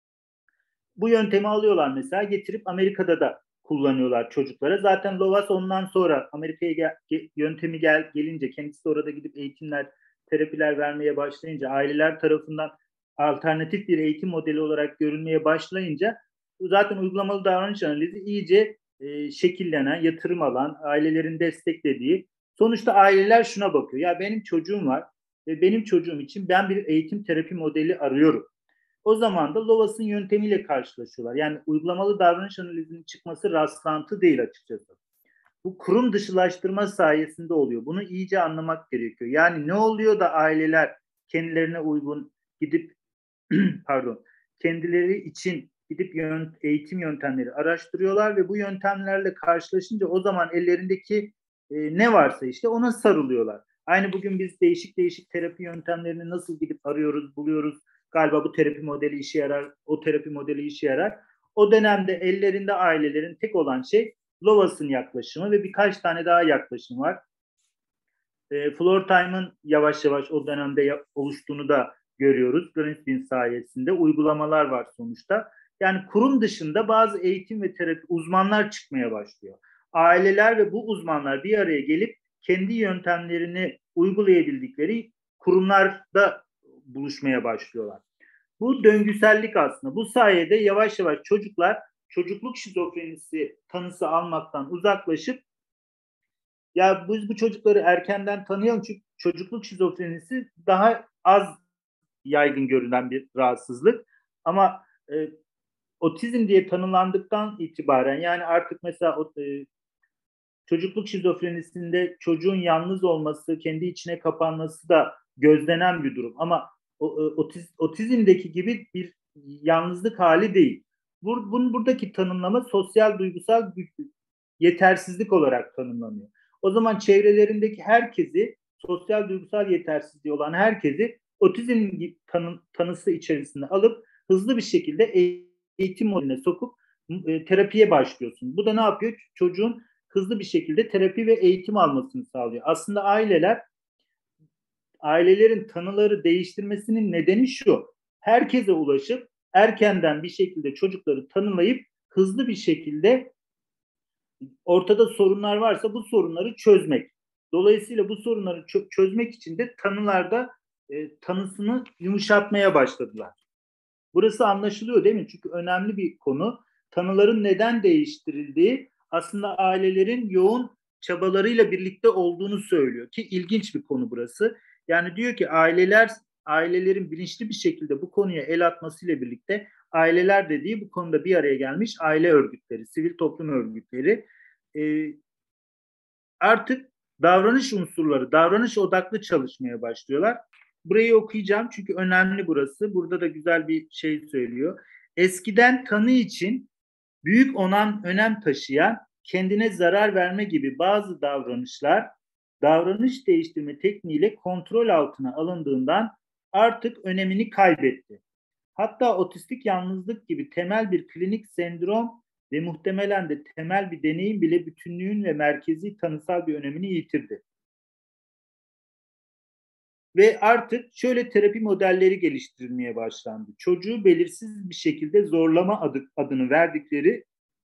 S1: Bu yöntemi alıyorlar mesela getirip Amerika'da da kullanıyorlar çocuklara. Zaten Lovas ondan sonra Amerika'ya gelince kendisi de orada gidip eğitimler, terapiler vermeye başlayınca aileler tarafından alternatif bir eğitim modeli olarak görülmeye başlayınca zaten uygulamalı davranış analizi iyice şekillenen, yatırım alan, ailelerin desteklediği. Sonuçta aileler şuna bakıyor. Ya benim çocuğum var ve benim çocuğum için ben bir eğitim terapi modeli arıyorum. O zaman da Lovas'ın yöntemiyle karşılaşıyorlar. Yani uygulamalı davranış analizinin çıkması rastlantı değil açıkçası. Bu kurum dışılaştırma sayesinde oluyor. Bunu iyice anlamak gerekiyor. Yani ne oluyor da aileler kendilerine uygun gidip pardon kendileri için gidip eğitim yöntemleri araştırıyorlar ve bu yöntemlerle karşılaşınca o zaman ellerindeki ne varsa işte ona sarılıyorlar. Aynı bugün biz değişik değişik terapi yöntemlerini nasıl gidip arıyoruz, buluyoruz. Galiba bu terapi modeli işe yarar, o terapi modeli işe yarar. O dönemde ellerinde ailelerin tek olan şey Lovas'ın yaklaşımı ve birkaç tane daha yaklaşım var. Floor Time'ın yavaş yavaş o dönemde oluştuğunu da görüyoruz. Greenspan sayesinde uygulamalar var sonuçta. Yani kurum dışında bazı eğitim ve terapi uzmanlar çıkmaya başlıyor. Aileler ve bu uzmanlar bir araya gelip kendi yöntemlerini uygulayabildikleri kurumlarda buluşmaya başlıyorlar. Bu döngüsellik aslında. Bu sayede yavaş yavaş çocuklar çocukluk şizofrenisi tanısı almaktan uzaklaşıp ya biz bu çocukları erkenden tanıyalım çünkü çocukluk şizofrenisi daha az yaygın görülen bir rahatsızlık. Ama otizm diye tanımlandıktan itibaren yani artık mesela çocukluk şizofrenisinde çocuğun yalnız olması, kendi içine kapanması da gözlenen bir durum. Ama otizmdeki gibi bir yalnızlık hali değil. Buradaki tanımlama sosyal duygusal yetersizlik olarak tanımlanıyor. O zaman çevrelerindeki herkesi, sosyal duygusal yetersizliği olan herkesi otizm tanısı içerisinde alıp hızlı bir şekilde eğitim modeline sokup terapiye başlıyorsun. Bu da ne yapıyor? Çocuğun hızlı bir şekilde terapi ve eğitim almasını sağlıyor. Aslında ailelerin tanıları değiştirmesinin nedeni şu. Herkese ulaşıp erkenden bir şekilde çocukları tanılayıp hızlı bir şekilde ortada sorunlar varsa bu sorunları çözmek. Dolayısıyla bu sorunları çözmek için de tanılarda tanısını yumuşatmaya başladılar. Burası anlaşılıyor değil mi? Çünkü önemli bir konu. Tanıların neden değiştirildiği aslında ailelerin yoğun çabalarıyla birlikte olduğunu söylüyor ki ilginç bir konu burası. Yani diyor ki ailelerin bilinçli bir şekilde bu konuya el atmasıyla birlikte aileler dediği bu konuda bir araya gelmiş aile örgütleri, sivil toplum örgütleri artık davranış unsurları, davranış odaklı çalışmaya başlıyorlar. Burayı okuyacağım çünkü önemli burası. Burada da güzel bir şey söylüyor. Eskiden tanı için büyük önem taşıyan kendine zarar verme gibi bazı davranışlar davranış değiştirme tekniğiyle kontrol altına alındığından artık önemini kaybetti. Hatta otistik yalnızlık gibi temel bir klinik sendrom ve muhtemelen de temel bir deneyim bile bütünlüğün ve merkezi tanısal bir önemini yitirdi. Ve artık şöyle terapi modelleri geliştirilmeye başlandı. Çocuğu belirsiz bir şekilde zorlama adını verdikleri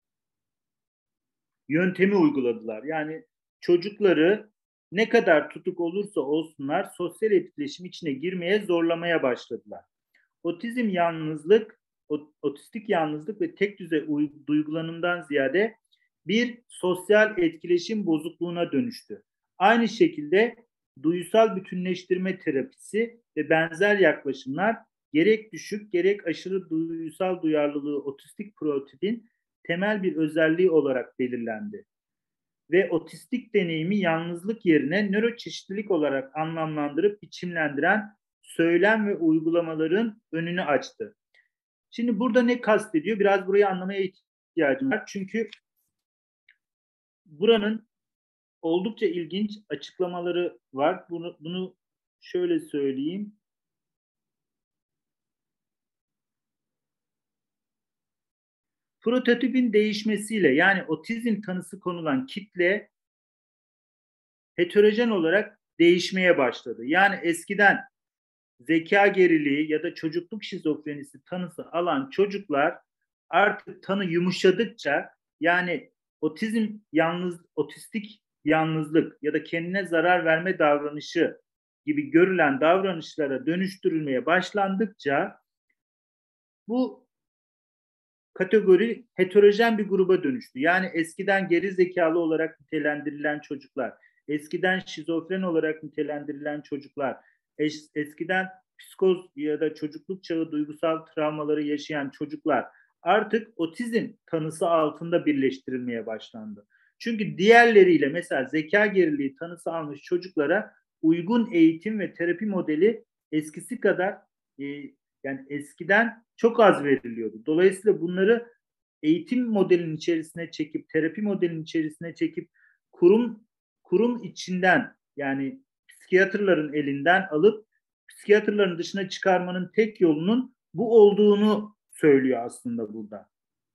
S1: yöntemi uyguladılar. Yani çocukları ne kadar tutuk olursa olsunlar sosyal etkileşim içine girmeye zorlamaya başladılar. Otistik yalnızlık ve tek düzey duygulanımdan ziyade bir sosyal etkileşim bozukluğuna dönüştü. Aynı şekilde duysal bütünleştirme terapisi ve benzer yaklaşımlar gerek düşük gerek aşırı duysal duyarlılığı otistik prototipin temel bir özelliği olarak belirlendi. ve otistik deneyimi yalnızlık yerine nöroçeşitlilik olarak anlamlandırıp biçimlendiren söylem ve uygulamaların önünü açtı. Şimdi burada ne kastediyor? Biraz burayı anlamaya ihtiyacım var. Çünkü buranın oldukça ilginç açıklamaları var. Bunu şöyle söyleyeyim. Prototipin değişmesiyle, yani otizm tanısı konulan kitle heterojen olarak değişmeye başladı. Yani eskiden zeka geriliği ya da çocukluk şizofrenisi tanısı alan çocuklar artık tanı yumuşadıkça, yani otistik yalnızlık ya da kendine zarar verme davranışı gibi görülen davranışlara dönüştürülmeye başlandıkça bu kategori heterojen bir gruba dönüştü. Yani eskiden geri zekalı olarak nitelendirilen çocuklar, eskiden şizofren olarak nitelendirilen çocuklar, eskiden psikoz ya da çocukluk çağı duygusal travmaları yaşayan çocuklar artık otizm tanısı altında birleştirilmeye başlandı. Çünkü diğerleriyle, mesela zeka geriliği tanısı almış çocuklara uygun eğitim ve terapi modeli eskisi kadar e, yani eskiden çok az veriliyordu. Dolayısıyla bunları eğitim modelinin içerisine çekip, terapi modelinin içerisine çekip kurum içinden, yani psikiyatrların elinden alıp psikiyatrların dışına çıkarmanın tek yolunun bu olduğunu söylüyor aslında burada.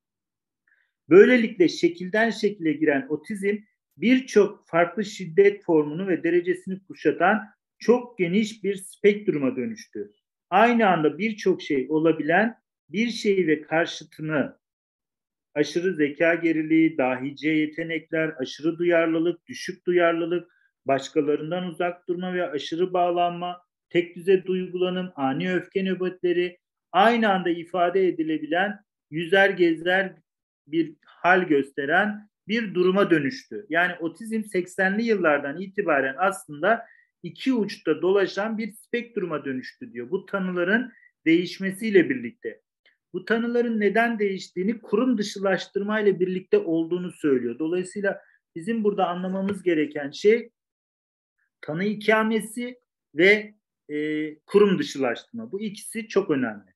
S1: Böylelikle şekilden şekile giren otizm birçok farklı şiddet formunu ve derecesini kuşatan çok geniş bir spektruma dönüştü. Aynı anda birçok şey olabilen bir şey ve karşıtını, aşırı zeka geriliği, dahice yetenekler, aşırı duyarlılık, düşük duyarlılık, başkalarından uzak durma ve aşırı bağlanma, tek düze duygulanım, ani öfke nöbetleri, aynı anda ifade edilebilen, yüzer gezer bir hal gösteren bir duruma dönüştü. Yani otizm 80'li yıllardan itibaren aslında iki uçta dolaşan bir spektruma dönüştü diyor. Bu tanıların değişmesiyle birlikte. Bu tanıların neden değiştiğini kurum dışılaştırma ile birlikte olduğunu söylüyor. Dolayısıyla bizim burada anlamamız gereken şey tanı ikamesi ve kurum dışılaştırma. Bu ikisi çok önemli.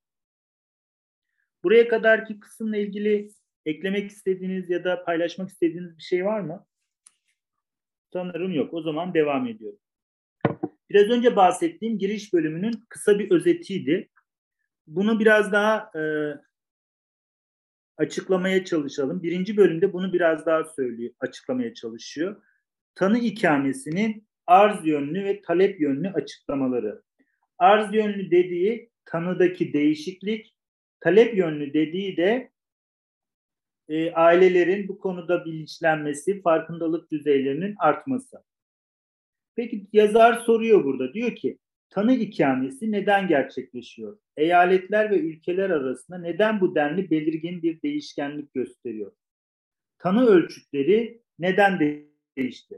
S1: Buraya kadarki kısımla ilgili eklemek istediğiniz ya da paylaşmak istediğiniz bir şey var mı? Sanırım yok. O zaman devam ediyorum. Biraz önce bahsettiğim giriş bölümünün kısa bir özetiydi. Bunu biraz daha açıklamaya çalışalım. Birinci bölümde bunu biraz daha açıklamaya çalışıyor. Tanı ikamesinin arz yönlü ve talep yönlü açıklamaları. Arz yönlü dediği tanıdaki değişiklik, talep yönlü dediği de ailelerin bu konuda bilinçlenmesi, farkındalık düzeylerinin artması. Peki yazar soruyor burada, diyor ki tanı ikamesi neden gerçekleşiyor? Eyaletler ve ülkeler arasında neden bu denli belirgin bir değişkenlik gösteriyor? Tanı ölçütleri neden değişti?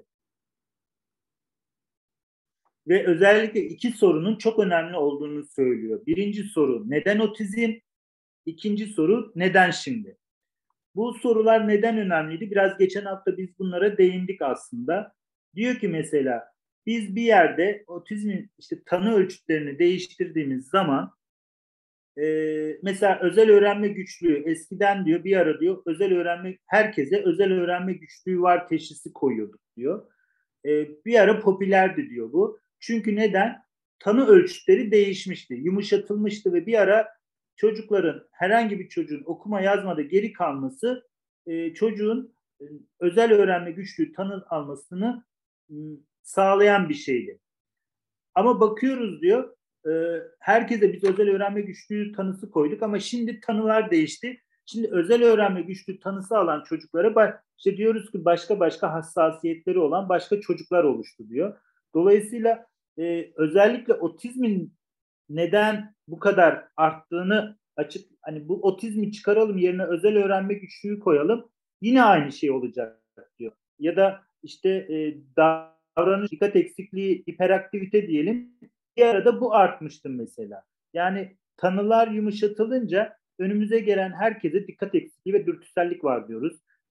S1: Ve özellikle iki sorunun çok önemli olduğunu söylüyor. Birinci soru neden otizm? İkinci soru neden şimdi? Bu sorular neden önemliydi? Biraz geçen hafta biz bunlara değindik aslında. Diyor ki mesela biz bir yerde otizmin işte tanı ölçütlerini değiştirdiğimiz zaman mesela özel öğrenme güçlüğü eskiden diyor bir ara diyor herkese özel öğrenme güçlüğü var teşhisi koyuyorduk diyor. Bir ara popülerdi diyor bu. Çünkü neden? Tanı ölçütleri değişmişti, yumuşatılmıştı ve bir ara herhangi bir çocuğun okuma yazmada geri kalması çocuğun özel öğrenme güçlüğü tanı almasını sağlayan bir şeydi. Ama bakıyoruz diyor herkese biz özel öğrenme güçlüğü tanısı koyduk ama şimdi tanılar değişti. Şimdi özel öğrenme güçlüğü tanısı alan çocuklara işte diyoruz ki başka hassasiyetleri olan başka çocuklar oluştu diyor. Dolayısıyla özellikle otizmin neden bu kadar arttığını hani bu otizmi çıkaralım yerine özel öğrenme güçlüğü koyalım yine aynı şey olacak diyor. Ya da işte davranış, dikkat eksikliği, hiperaktivite diyelim. Bir arada bu artmıştı mesela. Yani tanılar yumuşatılınca önümüze gelen herkese dikkat eksikliği ve dürtüsellik var diyoruz.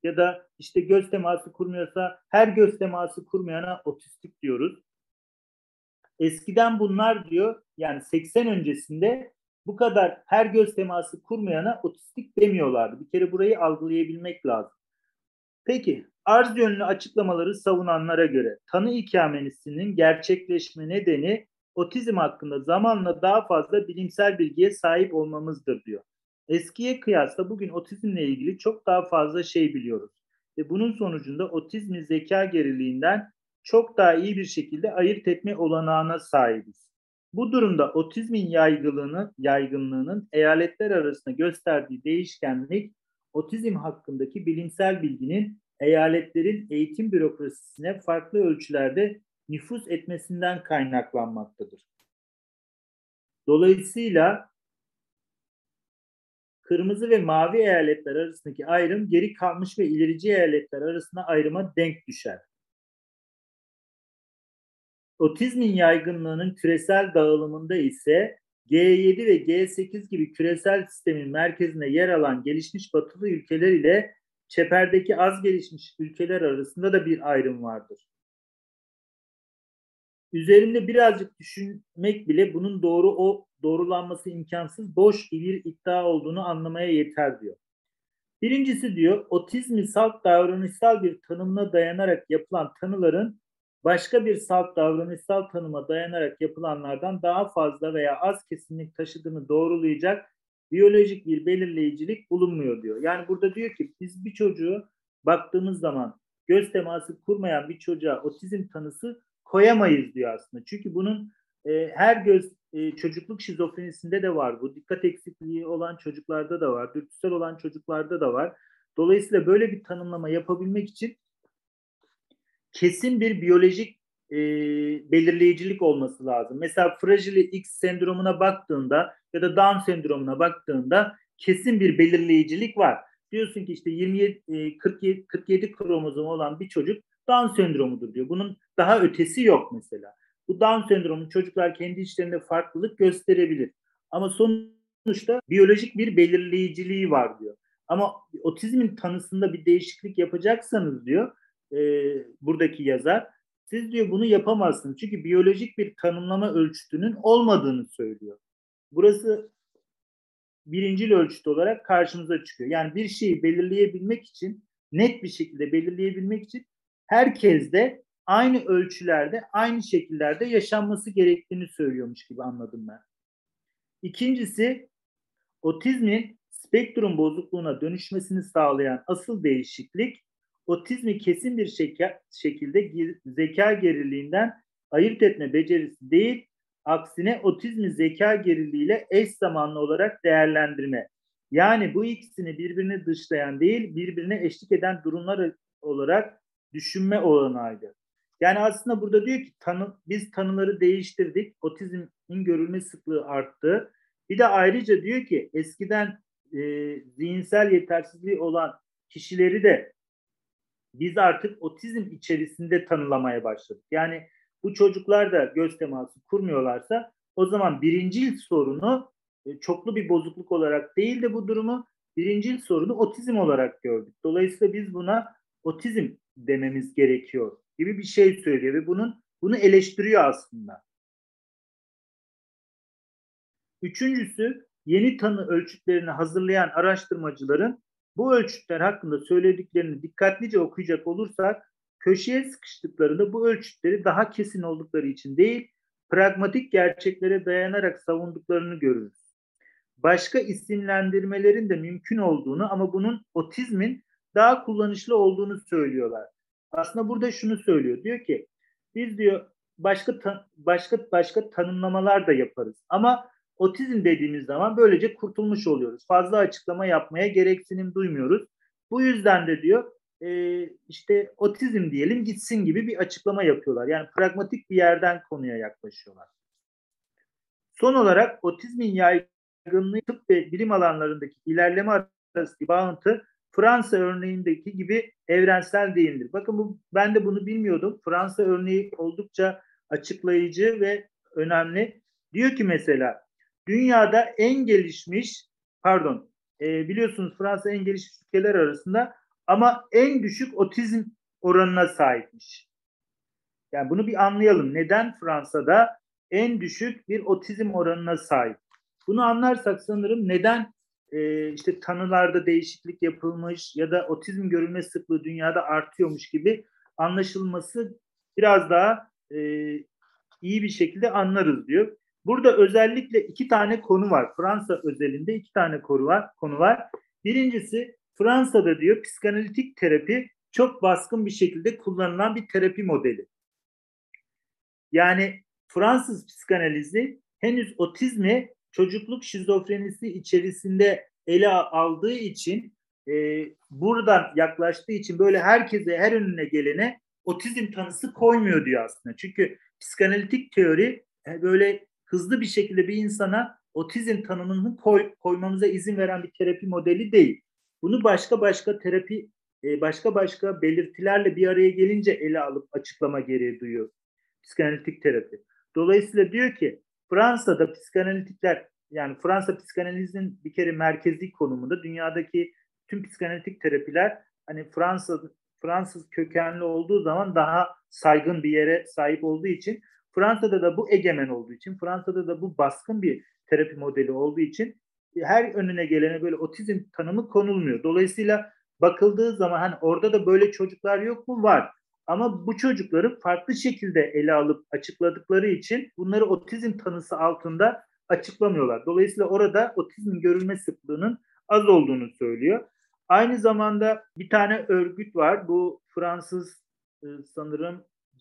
S1: Ya da işte göz teması kurmuyorsa her göz teması kurmayana otistik diyoruz. Eskiden bunlar diyor yani 80 öncesinde bu kadar her göz teması kurmayana otistik demiyorlardı. Bir kere burayı algılayabilmek lazım. Peki arz yönlü açıklamaları savunanlara göre tanı ikamenisinin gerçekleşme nedeni otizm hakkında zamanla daha fazla bilimsel bilgiye sahip olmamızdır diyor. Eskiye kıyasla bugün otizmle ilgili çok daha fazla şey biliyoruz. Ve bunun sonucunda otizmi zeka geriliğinden çok daha iyi bir şekilde ayırt etme olanağına sahibiz. Bu durumda otizmin yaygınlığının eyaletler arasında gösterdiği değişkenlik otizm hakkındaki bilimsel bilginin eyaletlerin eğitim bürokrasisine farklı ölçülerde nüfuz etmesinden kaynaklanmaktadır. Dolayısıyla kırmızı ve mavi eyaletler arasındaki ayrım geri kalmış ve ilerici eyaletler arasında ayrıma denk düşer. Otizmin yaygınlığının küresel dağılımında ise G7 ve G8 gibi küresel sistemin merkezinde yer alan gelişmiş batılı ülkeler ile çeperdeki az gelişmiş ülkeler arasında da bir ayrım vardır. Üzerinde birazcık düşünmek bile bunun doğrulanması imkansız boş bir iddia olduğunu anlamaya yeter diyor. Birincisi diyor otizmi salt davranışsal bir tanımına dayanarak yapılan tanıların başka bir salt davranışsal tanıma dayanarak yapılanlardan daha fazla veya az kesinlik taşıdığını doğrulayacak biyolojik bir belirleyicilik bulunmuyor diyor. Yani burada diyor ki biz bir çocuğu baktığımız zaman göz teması kurmayan bir çocuğa otizm tanısı koyamayız diyor aslında. Çünkü bunun her göz çocukluk şizofrenisinde de var bu. Dikkat eksikliği olan çocuklarda da var. Dürtüsel olan çocuklarda da var. Dolayısıyla böyle bir tanımlama yapabilmek için kesin bir biyolojik belirleyicilik olması lazım. Mesela Fragile X sendromuna baktığında ya da Down sendromuna baktığında kesin bir belirleyicilik var. Diyorsun ki işte 47 kromozom olan bir çocuk Down sendromudur diyor. Bunun daha ötesi yok mesela. Bu Down sendromu çocuklar kendi içlerinde farklılık gösterebilir. Ama sonuçta biyolojik bir belirleyiciliği var diyor. Ama otizmin tanısında bir değişiklik yapacaksanız diyor buradaki yazar, siz diyor bunu yapamazsınız. Çünkü biyolojik bir tanımlama ölçütünün olmadığını söylüyor. Burası birincil ölçüt olarak karşımıza çıkıyor. Yani bir şeyi belirleyebilmek için, net bir şekilde belirleyebilmek için herkes de aynı ölçülerde, aynı şekillerde yaşanması gerektiğini söylüyormuş gibi anladım ben. İkincisi, otizmin spektrum bozukluğuna dönüşmesini sağlayan asıl değişiklik, otizmi kesin bir şekilde zeka geriliğinden ayırt etme becerisi değil, aksine otizmi zeka geriliğiyle eş zamanlı olarak değerlendirme. Yani bu ikisini birbirini dışlayan değil, birbirine eşlik eden durumlar olarak düşünme olanağıydı. Yani aslında burada diyor ki biz tanıları değiştirdik, otizmin görülme sıklığı arttı. Bir de ayrıca diyor ki eskiden zihinsel yetersizliği olan kişileri de biz artık otizm içerisinde tanılamaya başladık. Yani bu çocuklar da göz teması kurmuyorlarsa o zaman birincil sorunu çoklu bir bozukluk olarak değil de bu durumu birincil sorunu otizm olarak gördük. Dolayısıyla biz buna otizm dememiz gerekiyor gibi bir şey söylüyor ve bunu eleştiriyor aslında. Üçüncüsü, yeni tanı ölçütlerini hazırlayan araştırmacıların bu ölçütler hakkında söylediklerini dikkatlice okuyacak olursak, köşeye sıkıştıklarında bu ölçütleri daha kesin oldukları için değil, pragmatik gerçeklere dayanarak savunduklarını görürüz. Başka isimlendirmelerin de mümkün olduğunu ama bunun otizmin daha kullanışlı olduğunu söylüyorlar. Aslında burada şunu söylüyor. Diyor ki biz diyor başka tanımlamalar da yaparız. Ama otizm dediğimiz zaman böylece kurtulmuş oluyoruz. Fazla açıklama yapmaya gereksinim duymuyoruz. Bu yüzden de diyor işte otizm diyelim gitsin gibi bir açıklama yapıyorlar. Yani pragmatik bir yerden konuya yaklaşıyorlar. Son olarak otizmin yaygınlığı tıp ve bilim alanlarındaki ilerleme arasındaki bağıntı Fransa örneğindeki gibi evrensel değildir. Bakın ben de bunu bilmiyordum. Fransa örneği oldukça açıklayıcı ve önemli. Diyor ki mesela dünyada en gelişmiş biliyorsunuz Fransa en gelişmiş ülkeler arasında ama en düşük otizm oranına sahipmiş. Yani bunu bir anlayalım. Neden Fransa'da en düşük bir otizm oranına sahip? Bunu anlarsak sanırım neden işte tanılarda değişiklik yapılmış ya da otizm görülme sıklığı dünyada artıyormuş gibi anlaşılması biraz daha iyi bir şekilde anlarız diyor. Burada özellikle iki tane konu var. Fransa özelinde iki tane konu var. Birincisi Fransa'da diyor psikanalitik terapi çok baskın bir şekilde kullanılan bir terapi modeli. Yani Fransız psikanalizi henüz otizmi çocukluk şizofrenisi içerisinde ele aldığı için buradan yaklaştığı için böyle herkese her önüne gelene otizm tanısı koymuyor diyor aslında. Çünkü psikanalitik teori böyle hızlı bir şekilde bir insana otizm tanımını koymamıza izin veren bir terapi modeli değil. Bunu başka başka belirtilerle bir araya gelince ele alıp açıklama gereği duyuyor psikanalitik terapi. Dolayısıyla diyor ki Fransa'da psikanalitikler yani Fransa psikanalizin bir kere merkezi konumunda dünyadaki tüm psikanalitik terapiler hani Fransız kökenli olduğu zaman daha saygın bir yere sahip olduğu için Fransa'da da bu egemen olduğu için Fransa'da da bu baskın bir terapi modeli olduğu için her önüne gelene böyle otizm tanımı konulmuyor. Dolayısıyla bakıldığı zaman hani orada da böyle çocuklar yok mu? Var. Ama bu çocukları farklı şekilde ele alıp açıkladıkları için bunları otizm tanısı altında açıklamıyorlar. Dolayısıyla orada otizmin görülme sıklığının az olduğunu söylüyor. Aynı zamanda bir tane örgüt var. Bu Fransız sanırım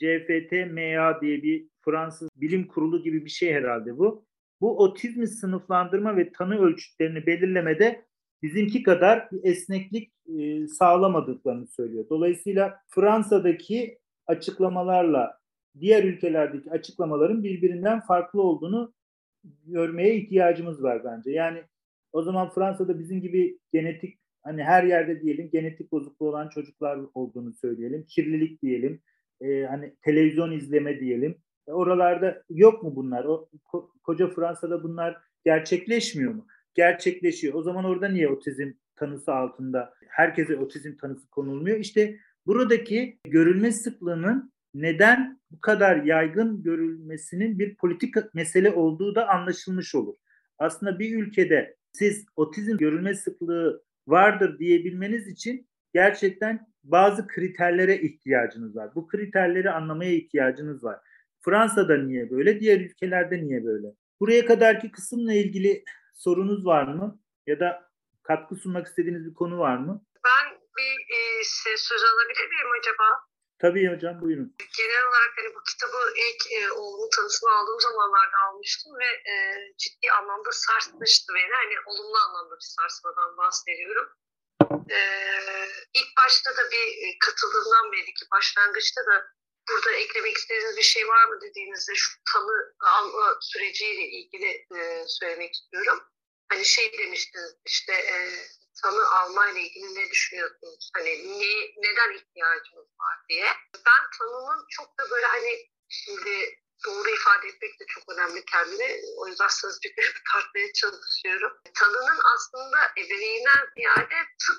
S1: CFT-MA diye bir Fransız bilim kurulu gibi bir şey herhalde bu. Bu otizmi sınıflandırma ve tanı ölçütlerini belirlemede bizimki kadar bir esneklik sağlamadıklarını söylüyor. Dolayısıyla Fransa'daki açıklamalarla diğer ülkelerdeki açıklamaların birbirinden farklı olduğunu görmeye ihtiyacımız var bence. Yani o zaman Fransa'da bizim gibi genetik hani her yerde diyelim genetik bozukluğu olan çocuklar olduğunu söyleyelim. Kirlilik diyelim. Hani televizyon izleme diyelim. Oralarda yok mu bunlar? Koca Fransa'da bunlar gerçekleşmiyor mu? Gerçekleşiyor. O zaman orada niye otizm tanısı altında herkese otizm tanısı konulmuyor? İşte buradaki görülme sıklığının neden bu kadar yaygın görülmesinin bir politik mesele olduğu da anlaşılmış olur. Aslında bir ülkede siz otizm görülme sıklığı vardır diyebilmeniz için gerçekten bazı kriterlere ihtiyacınız var. Bu kriterleri anlamaya ihtiyacınız var. Fransa'da niye böyle, diğer ülkelerde niye böyle? Buraya kadarki kısımla ilgili sorunuz var mı? Ya da katkı sunmak istediğiniz bir konu var mı?
S2: Ben bir söz alabilir miyim acaba?
S1: Tabii hocam, buyurun.
S2: Genel olarak hani bu kitabı ilk oğlumun tanısını aldığım zamanlarda almıştım ve ciddi anlamda sarsmıştı beni. Hani olumlu anlamda bir sarsmadan bahsediyorum. İlk başta da bir katıldığımdan beri ki başlangıçta da burada eklemek istediğiniz bir şey var mı dediğinizde şu tanı alma süreciyle ilgili söylemek istiyorum. Hani şey demiştiniz işte tanı almayla ilgili ne düşünüyorsunuz? Hani neden ihtiyacımız var diye. Ben tanının çok da böyle hani şimdi doğru ifade etmek de çok önemli kendine. O yüzden sözcükleri tartmaya çalışıyorum. Tanının aslında ebeveynden ziyade tıp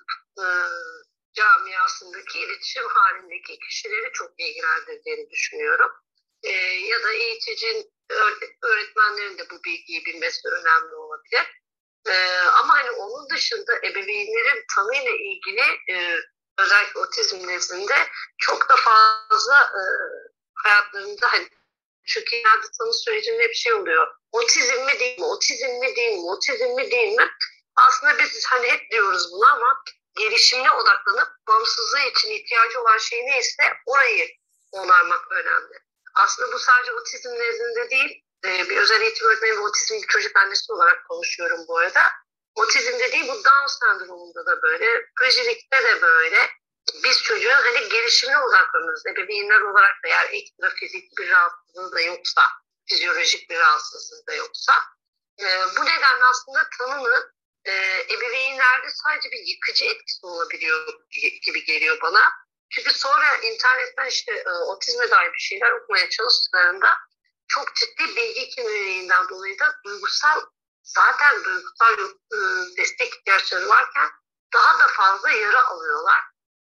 S2: camiasındaki iletişim halindeki kişileri çok ilgilendirdiğini düşünüyorum. Ya da eğiticinin, öğretmenlerin de bu bilgiyi bilmesi önemli olabilir. Ama hani onun dışında ebeveynlerin tanıyla ilgili özellikle otizm nezdinde çok da fazla hayatlarında hani çünkü genelde tanı sürecinde bir şey oluyor. Otizm mi değil mi? Otizm mi değil mi? Otizm mi değil mi? Aslında biz hani hep diyoruz bunu ama gelişimine odaklanıp bağımsızlığı için ihtiyacı olan şey neyse orayı onarmak önemli. Aslında bu sadece otizm nezdinde değil, bir özel eğitim öğretmeni ve otizm bir çocuk annesi olarak konuşuyorum bu arada. Otizmde değil, bu Down sendromunda da böyle, projelikte de böyle. Biz çocuğun hani gelişimine odaklanırız. Ebeveynler olarak da eğer ekstra fiziki bir rahatsızlığı da yoksa, fizyolojik bir rahatsızlığı da yoksa. Bu nedenle aslında tanının ebeveynlerde sadece bir yıkıcı etkisi olabiliyor gibi geliyor bana. Çünkü sonra internetten işte otizme dair bir şeyler okumaya çalıştıklarında çok ciddi bilgi kirliliğinden dolayı da zaten duygusal destek ihtiyaçları varken daha da fazla yara alıyorlar.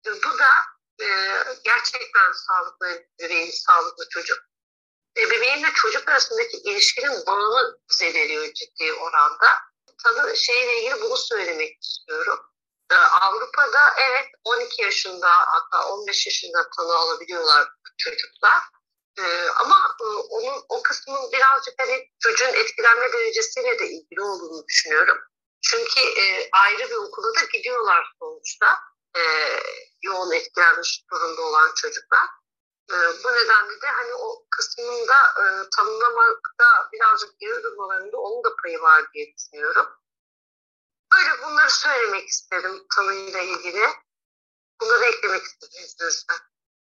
S2: Bu da gerçekten sağlıklı bebeğin sağlıklı çocuk. Bebeğinle çocuk arasındaki ilişkinin bağını zedeliyor ciddi oranda. Tabii şeyle ilgili bunu söylemek istiyorum. Avrupa'da evet 12 yaşında hatta 15 yaşında tanı alabiliyorlar çocuklar. Ama o kısmın birazcık hani çocuğun etkilenme derecesiyle de ilgili olduğunu düşünüyorum. Çünkü ayrı bir okula da gidiyorlar sonuçta. E, Yoğun etkilenmiş durumda olan çocuklar. Bu nedenle de hani o kısmında tanımlamakta birazcık geri durmalarında onun da payı var diye düşünüyorum. Böyle bunları söylemek istedim tanıyla ilgili. Bunları eklemek istedim izninizle.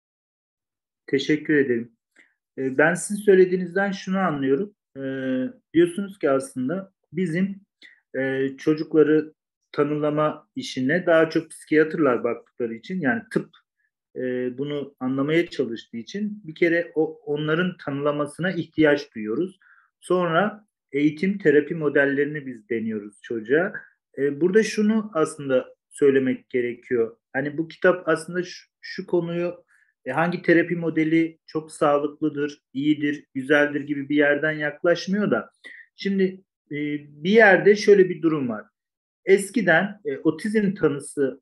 S1: Teşekkür ederim. Ben sizin söylediğinizden şunu anlıyorum. Diyorsunuz ki aslında bizim çocukları tanımlama işine daha çok psikiyatrlar baktıkları için, yani tıp bunu anlamaya çalıştığı için bir kere onların tanımlamasına ihtiyaç duyuyoruz. Sonra eğitim terapi modellerini biz deniyoruz çocuğa. Burada şunu aslında söylemek gerekiyor. Hani bu kitap aslında şu konuyu hangi terapi modeli çok sağlıklıdır, iyidir, güzeldir gibi bir yerden yaklaşmıyor da. Şimdi bir yerde şöyle bir durum var. Eskiden otizm tanısı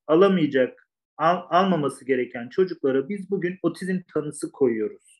S1: almaması gereken çocuklara biz bugün otizm tanısı koyuyoruz.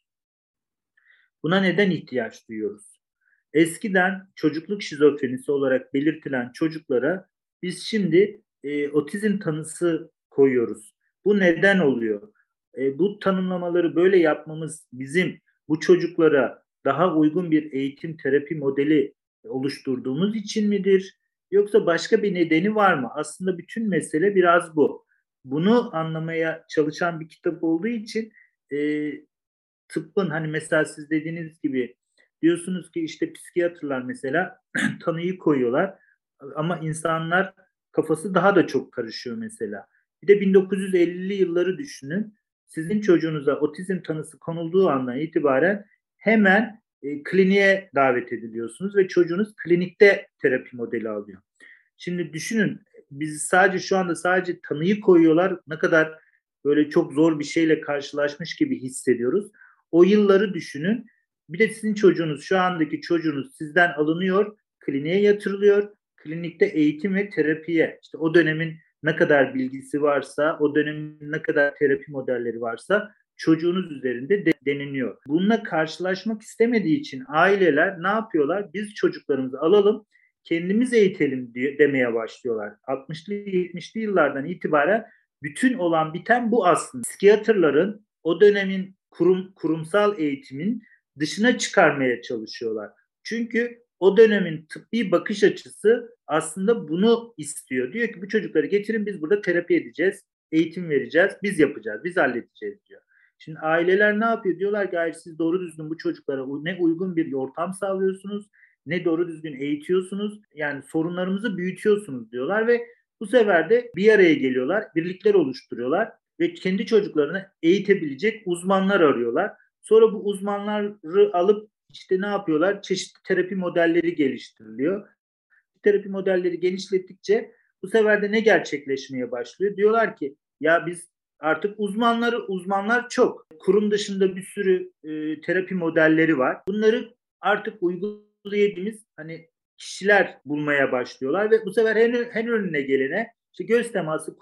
S1: Buna neden ihtiyaç duyuyoruz? Eskiden çocukluk şizofrenisi olarak belirtilen çocuklara biz şimdi otizm tanısı koyuyoruz. Bu neden oluyor? Bu tanımlamaları böyle yapmamız bizim bu çocuklara daha uygun bir eğitim terapi modeli oluşturduğumuz için midir? Yoksa başka bir nedeni var mı? Aslında bütün mesele biraz bu. Bunu anlamaya çalışan bir kitap olduğu için e, tıbbın, hani mesela siz dediğiniz gibi diyorsunuz ki işte psikiyatrlar mesela tanıyı koyuyorlar ama insanlar kafası daha da çok karışıyor mesela. Bir de 1950'li yılları düşünün. Sizin çocuğunuza otizm tanısı konulduğu andan itibaren hemen kliniğe davet ediliyorsunuz ve çocuğunuz klinikte terapi modeli alıyor. Şimdi düşünün, biz şu anda sadece tanıyı koyuyorlar. Ne kadar böyle çok zor bir şeyle karşılaşmış gibi hissediyoruz. O yılları düşünün. Bir de sizin çocuğunuz, şu andaki çocuğunuz sizden alınıyor, kliniğe yatırılıyor. Klinikte eğitim ve terapiye, işte o dönemin ne kadar bilgisi varsa, o dönemin ne kadar terapi modelleri varsa çocuğunuz üzerinde deneniyor. Bununla karşılaşmak istemediği için aileler ne yapıyorlar? Biz çocuklarımızı alalım, kendimiz eğitelim demeye başlıyorlar. 60'lı 70'li yıllardan itibaren bütün olan biten bu aslında. Psikiyatrların o dönemin kurumsal eğitimin dışına çıkarmaya çalışıyorlar. Çünkü o dönemin tıbbi bakış açısı aslında bunu istiyor. Diyor ki bu çocukları getirin, biz burada terapi edeceğiz, eğitim vereceğiz, biz yapacağız, biz halledeceğiz diyor. Şimdi aileler ne yapıyor? Diyorlar ki hayır, siz doğru düzgün bu çocuklara ne uygun bir ortam sağlıyorsunuz, ne doğru düzgün eğitiyorsunuz. Yani sorunlarımızı büyütüyorsunuz diyorlar ve bu sefer de bir araya geliyorlar, birlikler oluşturuyorlar ve kendi çocuklarını eğitebilecek uzmanlar arıyorlar. Sonra bu uzmanları alıp işte ne yapıyorlar? Çeşitli terapi modelleri geliştiriliyor. Terapi modelleri genişlettikçe bu sefer de ne gerçekleşmeye başlıyor? Diyorlar ki ya biz artık uzmanlar çok. Kurum dışında bir sürü terapi modelleri var. Bunları artık uygulayabildiğimiz hani kişiler bulmaya başlıyorlar ve bu sefer en önüne gelene işte göz teması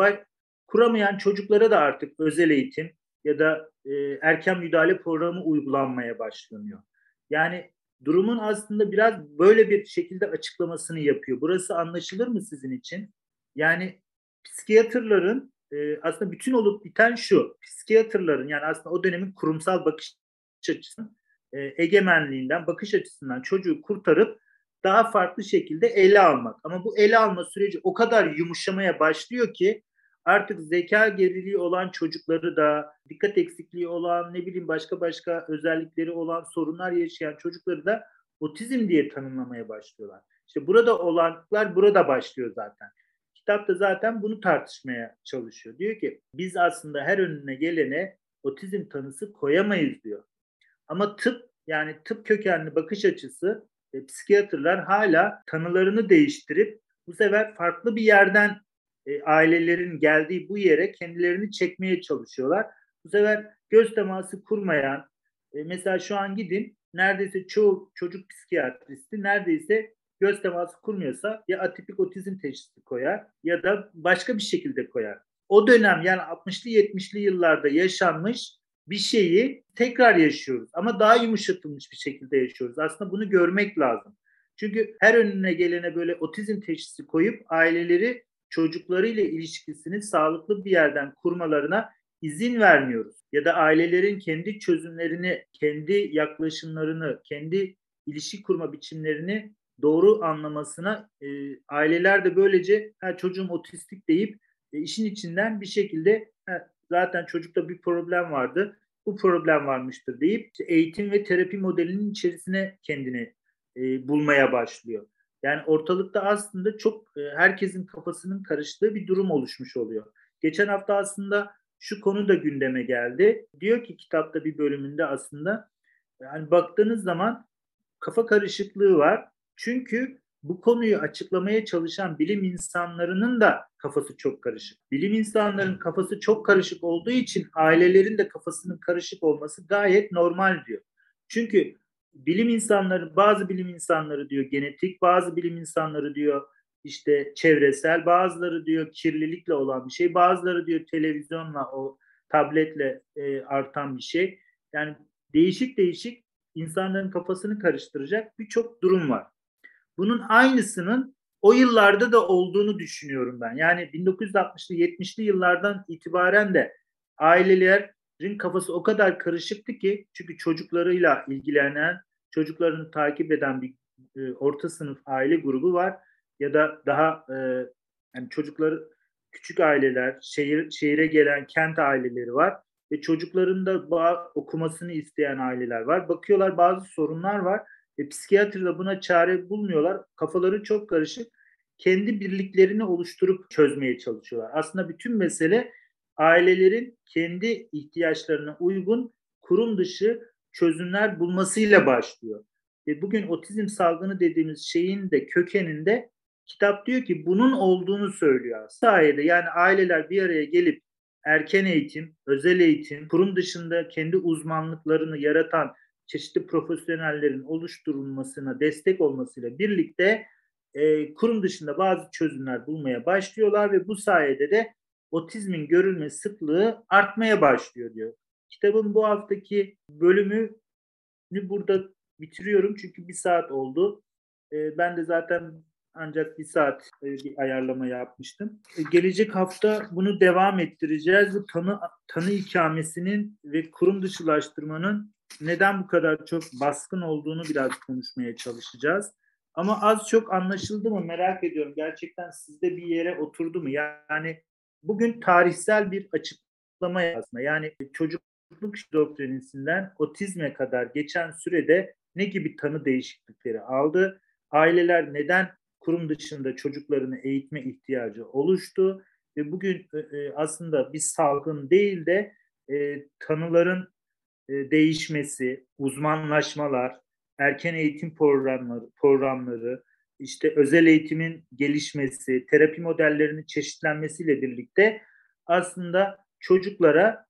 S1: kuramayan çocuklara da artık özel eğitim ya da erken müdahale programı uygulanmaya başlanıyor. Yani durumun aslında biraz böyle bir şekilde açıklamasını yapıyor. Burası anlaşılır mı sizin için? Yani psikiyatrların aslında bütün olup biten şu. Psikiyatrların, yani aslında o dönemin kurumsal bakış açısının egemenliğinden, bakış açısından çocuğu kurtarıp daha farklı şekilde ele almak. Ama bu ele alma süreci o kadar yumuşamaya başlıyor ki artık zeka geriliği olan çocukları da, dikkat eksikliği olan, ne bileyim başka özellikleri olan, sorunlar yaşayan çocukları da otizm diye tanımlamaya başlıyorlar. İşte burada olanlar burada başlıyor zaten. Kitap da zaten bunu tartışmaya çalışıyor. Diyor ki biz aslında her önüne gelene otizm tanısı koyamayız diyor. Ama yani tıp kökenli bakış açısı, psikiyatrlar hala tanılarını değiştirip bu sefer farklı bir yerden ailelerin geldiği bu yere kendilerini çekmeye çalışıyorlar. Bu sefer göz teması kurmayan, mesela şu an gidin, neredeyse çoğu çocuk psikiyatristi neredeyse göz teması kurmuyorsa ya atipik otizm teşhisi koyar ya da başka bir şekilde koyar. O dönem, yani 60'lı 70'li yıllarda yaşanmış bir şeyi tekrar yaşıyoruz ama daha yumuşatılmış bir şekilde yaşıyoruz. Aslında bunu görmek lazım. Çünkü her önüne gelene böyle otizm teşhisi koyup aileleri çocuklarıyla ilişkisini sağlıklı bir yerden kurmalarına izin vermiyoruz. Ya da ailelerin kendi çözümlerini, kendi yaklaşımlarını, kendi ilişki kurma biçimlerini doğru anlamasına aileler de böylece çocuğum otistik deyip işin içinden bir şekilde zaten çocukta bir problem vardı, bu problem varmıştır deyip eğitim ve terapi modelinin içerisine kendini bulmaya başlıyor. Yani ortalıkta aslında çok herkesin kafasının karıştığı bir durum oluşmuş oluyor. Geçen hafta aslında şu konu da gündeme geldi. Diyor ki kitapta bir bölümünde aslında yani baktığınız zaman kafa karışıklığı var. Çünkü bu konuyu açıklamaya çalışan bilim insanlarının da kafası çok karışık. Bilim insanlarının kafası çok karışık olduğu için ailelerin de kafasının karışık olması gayet normal diyor. Çünkü bazı bilim insanları diyor genetik, bazı bilim insanları diyor işte çevresel, bazıları diyor kirlilikle olan bir şey, bazıları diyor televizyonla, o tabletle artan bir şey. Yani değişik değişik insanların kafasını karıştıracak birçok durum var. Bunun aynısının o yıllarda da olduğunu düşünüyorum ben. Yani 1960'lı 70'li yıllardan itibaren de ailelerin kafası o kadar karışıktı ki, çünkü çocuklarıyla ilgilenen, çocuklarını takip eden bir orta sınıf aile grubu var ya da daha yani çocukları küçük aileler, şehire gelen kent aileleri var ve çocukların da okumasını isteyen aileler var. Bakıyorlar bazı sorunlar var ve psikiyatride buna çare bulmuyorlar. Kafaları çok karışık. Kendi birliklerini oluşturup çözmeye çalışıyorlar. Aslında bütün mesele ailelerin kendi ihtiyaçlarına uygun kurum dışı çözümler bulmasıyla başlıyor. Ve bugün otizm salgını dediğimiz şeyin de kökeninde kitap diyor ki bunun olduğunu söylüyor. Sayede yani aileler bir araya gelip erken eğitim, özel eğitim, kurum dışında kendi uzmanlıklarını yaratan çeşitli profesyonellerin oluşturulmasına destek olmasıyla birlikte kurum dışında bazı çözümler bulmaya başlıyorlar ve bu sayede de otizmin görülme sıklığı artmaya başlıyor diyor. Kitabın bu haftaki bölümünü burada bitiriyorum çünkü 1 saat oldu. Ben de zaten ancak 1 saat bir ayarlama yapmıştım. Gelecek hafta bunu devam ettireceğiz. Bu tanı ikamesinin ve kurum dışılaştırmanın neden bu kadar çok baskın olduğunu biraz konuşmaya çalışacağız. Ama az çok anlaşıldı mı merak ediyorum. Gerçekten sizde bir yere oturdu mu? Yani bugün tarihsel bir açıklama aslında. Yani çocukluk doktrinisinden otizme kadar geçen sürede ne gibi tanı değişiklikleri aldı? Aileler neden kurum dışında çocuklarını eğitme ihtiyacı oluştu? Ve bugün aslında bir salgın değil de tanıların değişmesi, uzmanlaşmalar, erken eğitim programları, işte özel eğitimin gelişmesi, terapi modellerinin çeşitlenmesiyle birlikte aslında çocuklara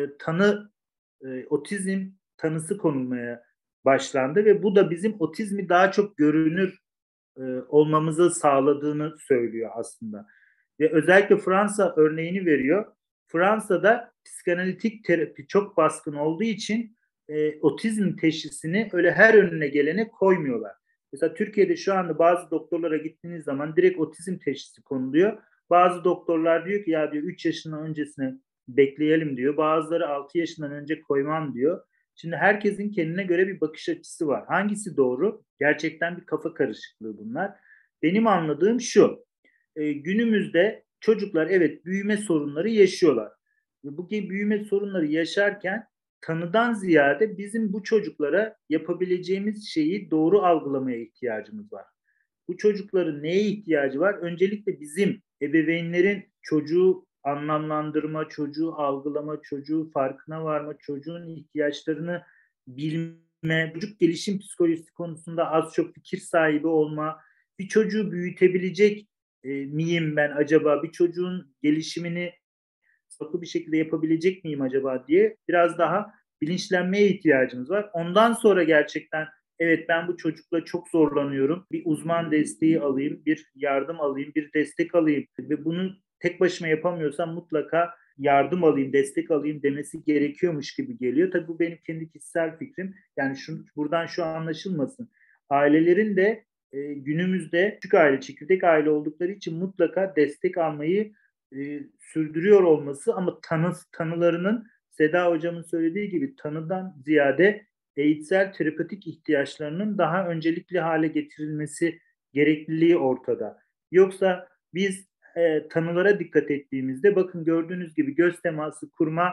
S1: otizm tanısı konulmaya başlandı ve bu da bizim otizmi daha çok görünür olmamızı sağladığını söylüyor aslında. Ve özellikle Fransa örneğini veriyor. Fransa'da psikanalitik terapi çok baskın olduğu için otizm teşhisini öyle her önüne gelene koymuyorlar. Mesela Türkiye'de şu anda bazı doktorlara gittiğiniz zaman direkt otizm teşhisi konuluyor. Bazı doktorlar diyor ki ya diyor 3 yaşından öncesine bekleyelim diyor. Bazıları 6 yaşından önce koymam diyor. Şimdi herkesin kendine göre bir bakış açısı var. Hangisi doğru? Gerçekten bir kafa karışıklığı bunlar. Benim anladığım şu. Günümüzde çocuklar evet büyüme sorunları yaşıyorlar. Ve bu büyüme sorunları yaşarken tanıdan ziyade bizim bu çocuklara yapabileceğimiz şeyi doğru algılamaya ihtiyacımız var. Bu çocukların neye ihtiyacı var? Öncelikle bizim ebeveynlerin çocuğu anlamlandırma, çocuğu algılama, çocuğu farkına varma, çocuğun ihtiyaçlarını bilme, çocuk gelişim psikolojisi konusunda az çok fikir sahibi olma, bir çocuğu büyütebilecek miyim ben acaba? Bir çocuğun gelişimini sağlıklı bir şekilde yapabilecek miyim acaba diye biraz daha bilinçlenmeye ihtiyacımız var. Ondan sonra gerçekten evet ben bu çocukla çok zorlanıyorum. Bir uzman desteği alayım, bir yardım alayım, bir destek alayım ve bunu tek başıma yapamıyorsam mutlaka yardım alayım, destek alayım demesi gerekiyormuş gibi geliyor. Tabii bu benim kendi kişisel fikrim. Yani buradan şu anlaşılmasın. Ailelerin de günümüzde küçük aile, çekirdek aile oldukları için mutlaka destek almayı sürdürüyor olması ama tanılarının Seda Hocam'ın söylediği gibi tanıdan ziyade eğitsel terapetik ihtiyaçlarının daha öncelikli hale getirilmesi gerekliliği ortada. Yoksa biz tanılara dikkat ettiğimizde bakın gördüğünüz gibi göz teması kurma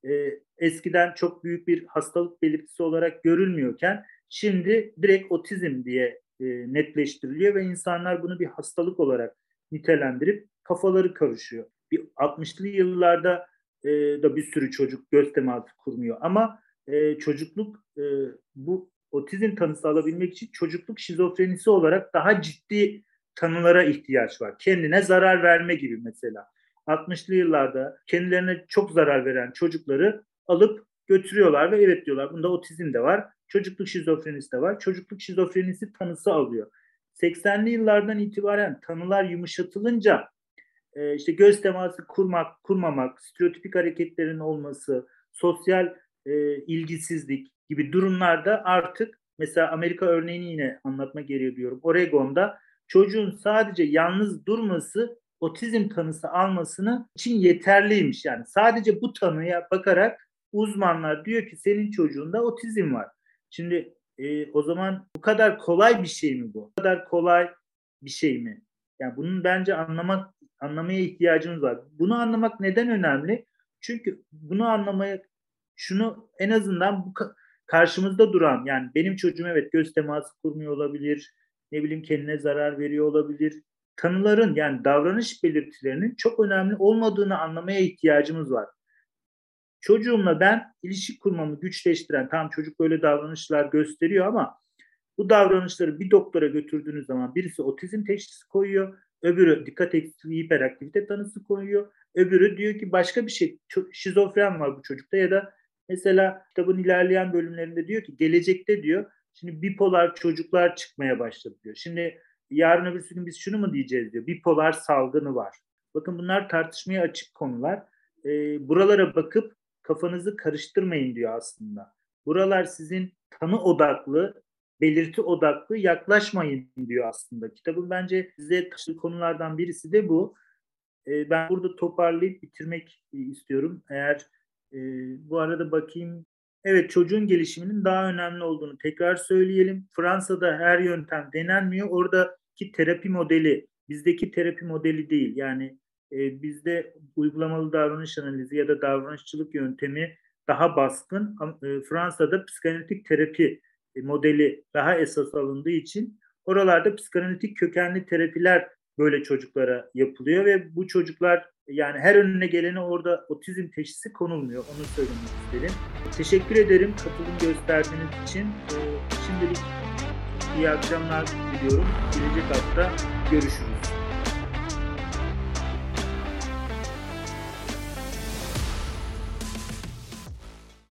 S1: eskiden çok büyük bir hastalık belirtisi olarak görülmüyorken şimdi direkt otizm diye netleştiriliyor ve insanlar bunu bir hastalık olarak nitelendirip kafaları karışıyor. 60'lı yıllarda da bir sürü çocuk göz teması kurmuyor ama çocukluk bu otizm tanısı alabilmek için çocukluk şizofrenisi olarak daha ciddi tanılara ihtiyaç var. Kendine zarar verme gibi mesela. 60'lı yıllarda kendilerine çok zarar veren çocukları alıp götürüyorlar ve evet diyorlar bunda otizm de var, çocukluk şizofrenisi de var. Çocukluk şizofrenisi tanısı alıyor. 80'li yıllardan itibaren tanılar yumuşatılınca işte göz teması kurmamak, stereotipik hareketlerin olması, sosyal ilgisizlik gibi durumlarda artık mesela Amerika örneğini yine anlatma gereği duyuyorum. Oregon'da çocuğun sadece yalnız durması otizm tanısı almasını için yeterliymiş. Yani sadece bu tanıya bakarak uzmanlar diyor ki senin çocuğunda otizm var. Şimdi o zaman bu kadar kolay bir şey mi bu? Bu kadar kolay bir şey mi? Yani bunun bence anlamaya ihtiyacımız var. Bunu anlamak neden önemli? Çünkü bunu anlamaya şunu en azından bu karşımızda duran yani benim çocuğum evet göz teması kurmuyor olabilir, ne bileyim kendine zarar veriyor olabilir. Tanıların yani davranış belirtilerinin çok önemli olmadığını anlamaya ihtiyacımız var. Çocuğumla ben ilişki kurmamı güçleştiren, tamam çocuk böyle davranışlar gösteriyor ama bu davranışları bir doktora götürdüğünüz zaman birisi otizm teşhisi koyuyor, öbürü dikkat eksikliği hiperaktivite tanısı koyuyor, öbürü diyor ki başka bir şey, şizofren var bu çocukta ya da mesela kitabın ilerleyen bölümlerinde diyor ki gelecekte diyor, şimdi bipolar çocuklar çıkmaya başladı diyor. Şimdi yarın öbür gün biz şunu mu diyeceğiz diyor, bipolar salgını var. Bakın bunlar tartışmaya açık konular. Buralara bakıp kafanızı karıştırmayın diyor aslında. Buralar sizin tanı odaklı, belirti odaklı yaklaşmayın diyor aslında. Kitabın bence size taşıdığı konulardan birisi de bu. Ben burada toparlayıp bitirmek istiyorum. Eğer bu arada bakayım. Evet çocuğun gelişiminin daha önemli olduğunu tekrar söyleyelim. Fransa'da her yöntem denenmiyor. Oradaki terapi modeli bizdeki terapi modeli değil. Yani bizde uygulamalı davranış analizi ya da davranışçılık yöntemi daha baskın. Fransa'da psikanalitik terapi modeli daha esas alındığı için oralarda psikanalitik kökenli terapiler böyle çocuklara yapılıyor ve bu çocuklar yani her önüne gelene orada otizm teşhisi konulmuyor. Onu söylemek isterim. Teşekkür ederim katılım gösterdiğiniz için. Şimdilik iyi akşamlar diliyorum. Gelecek hafta görüşürüz.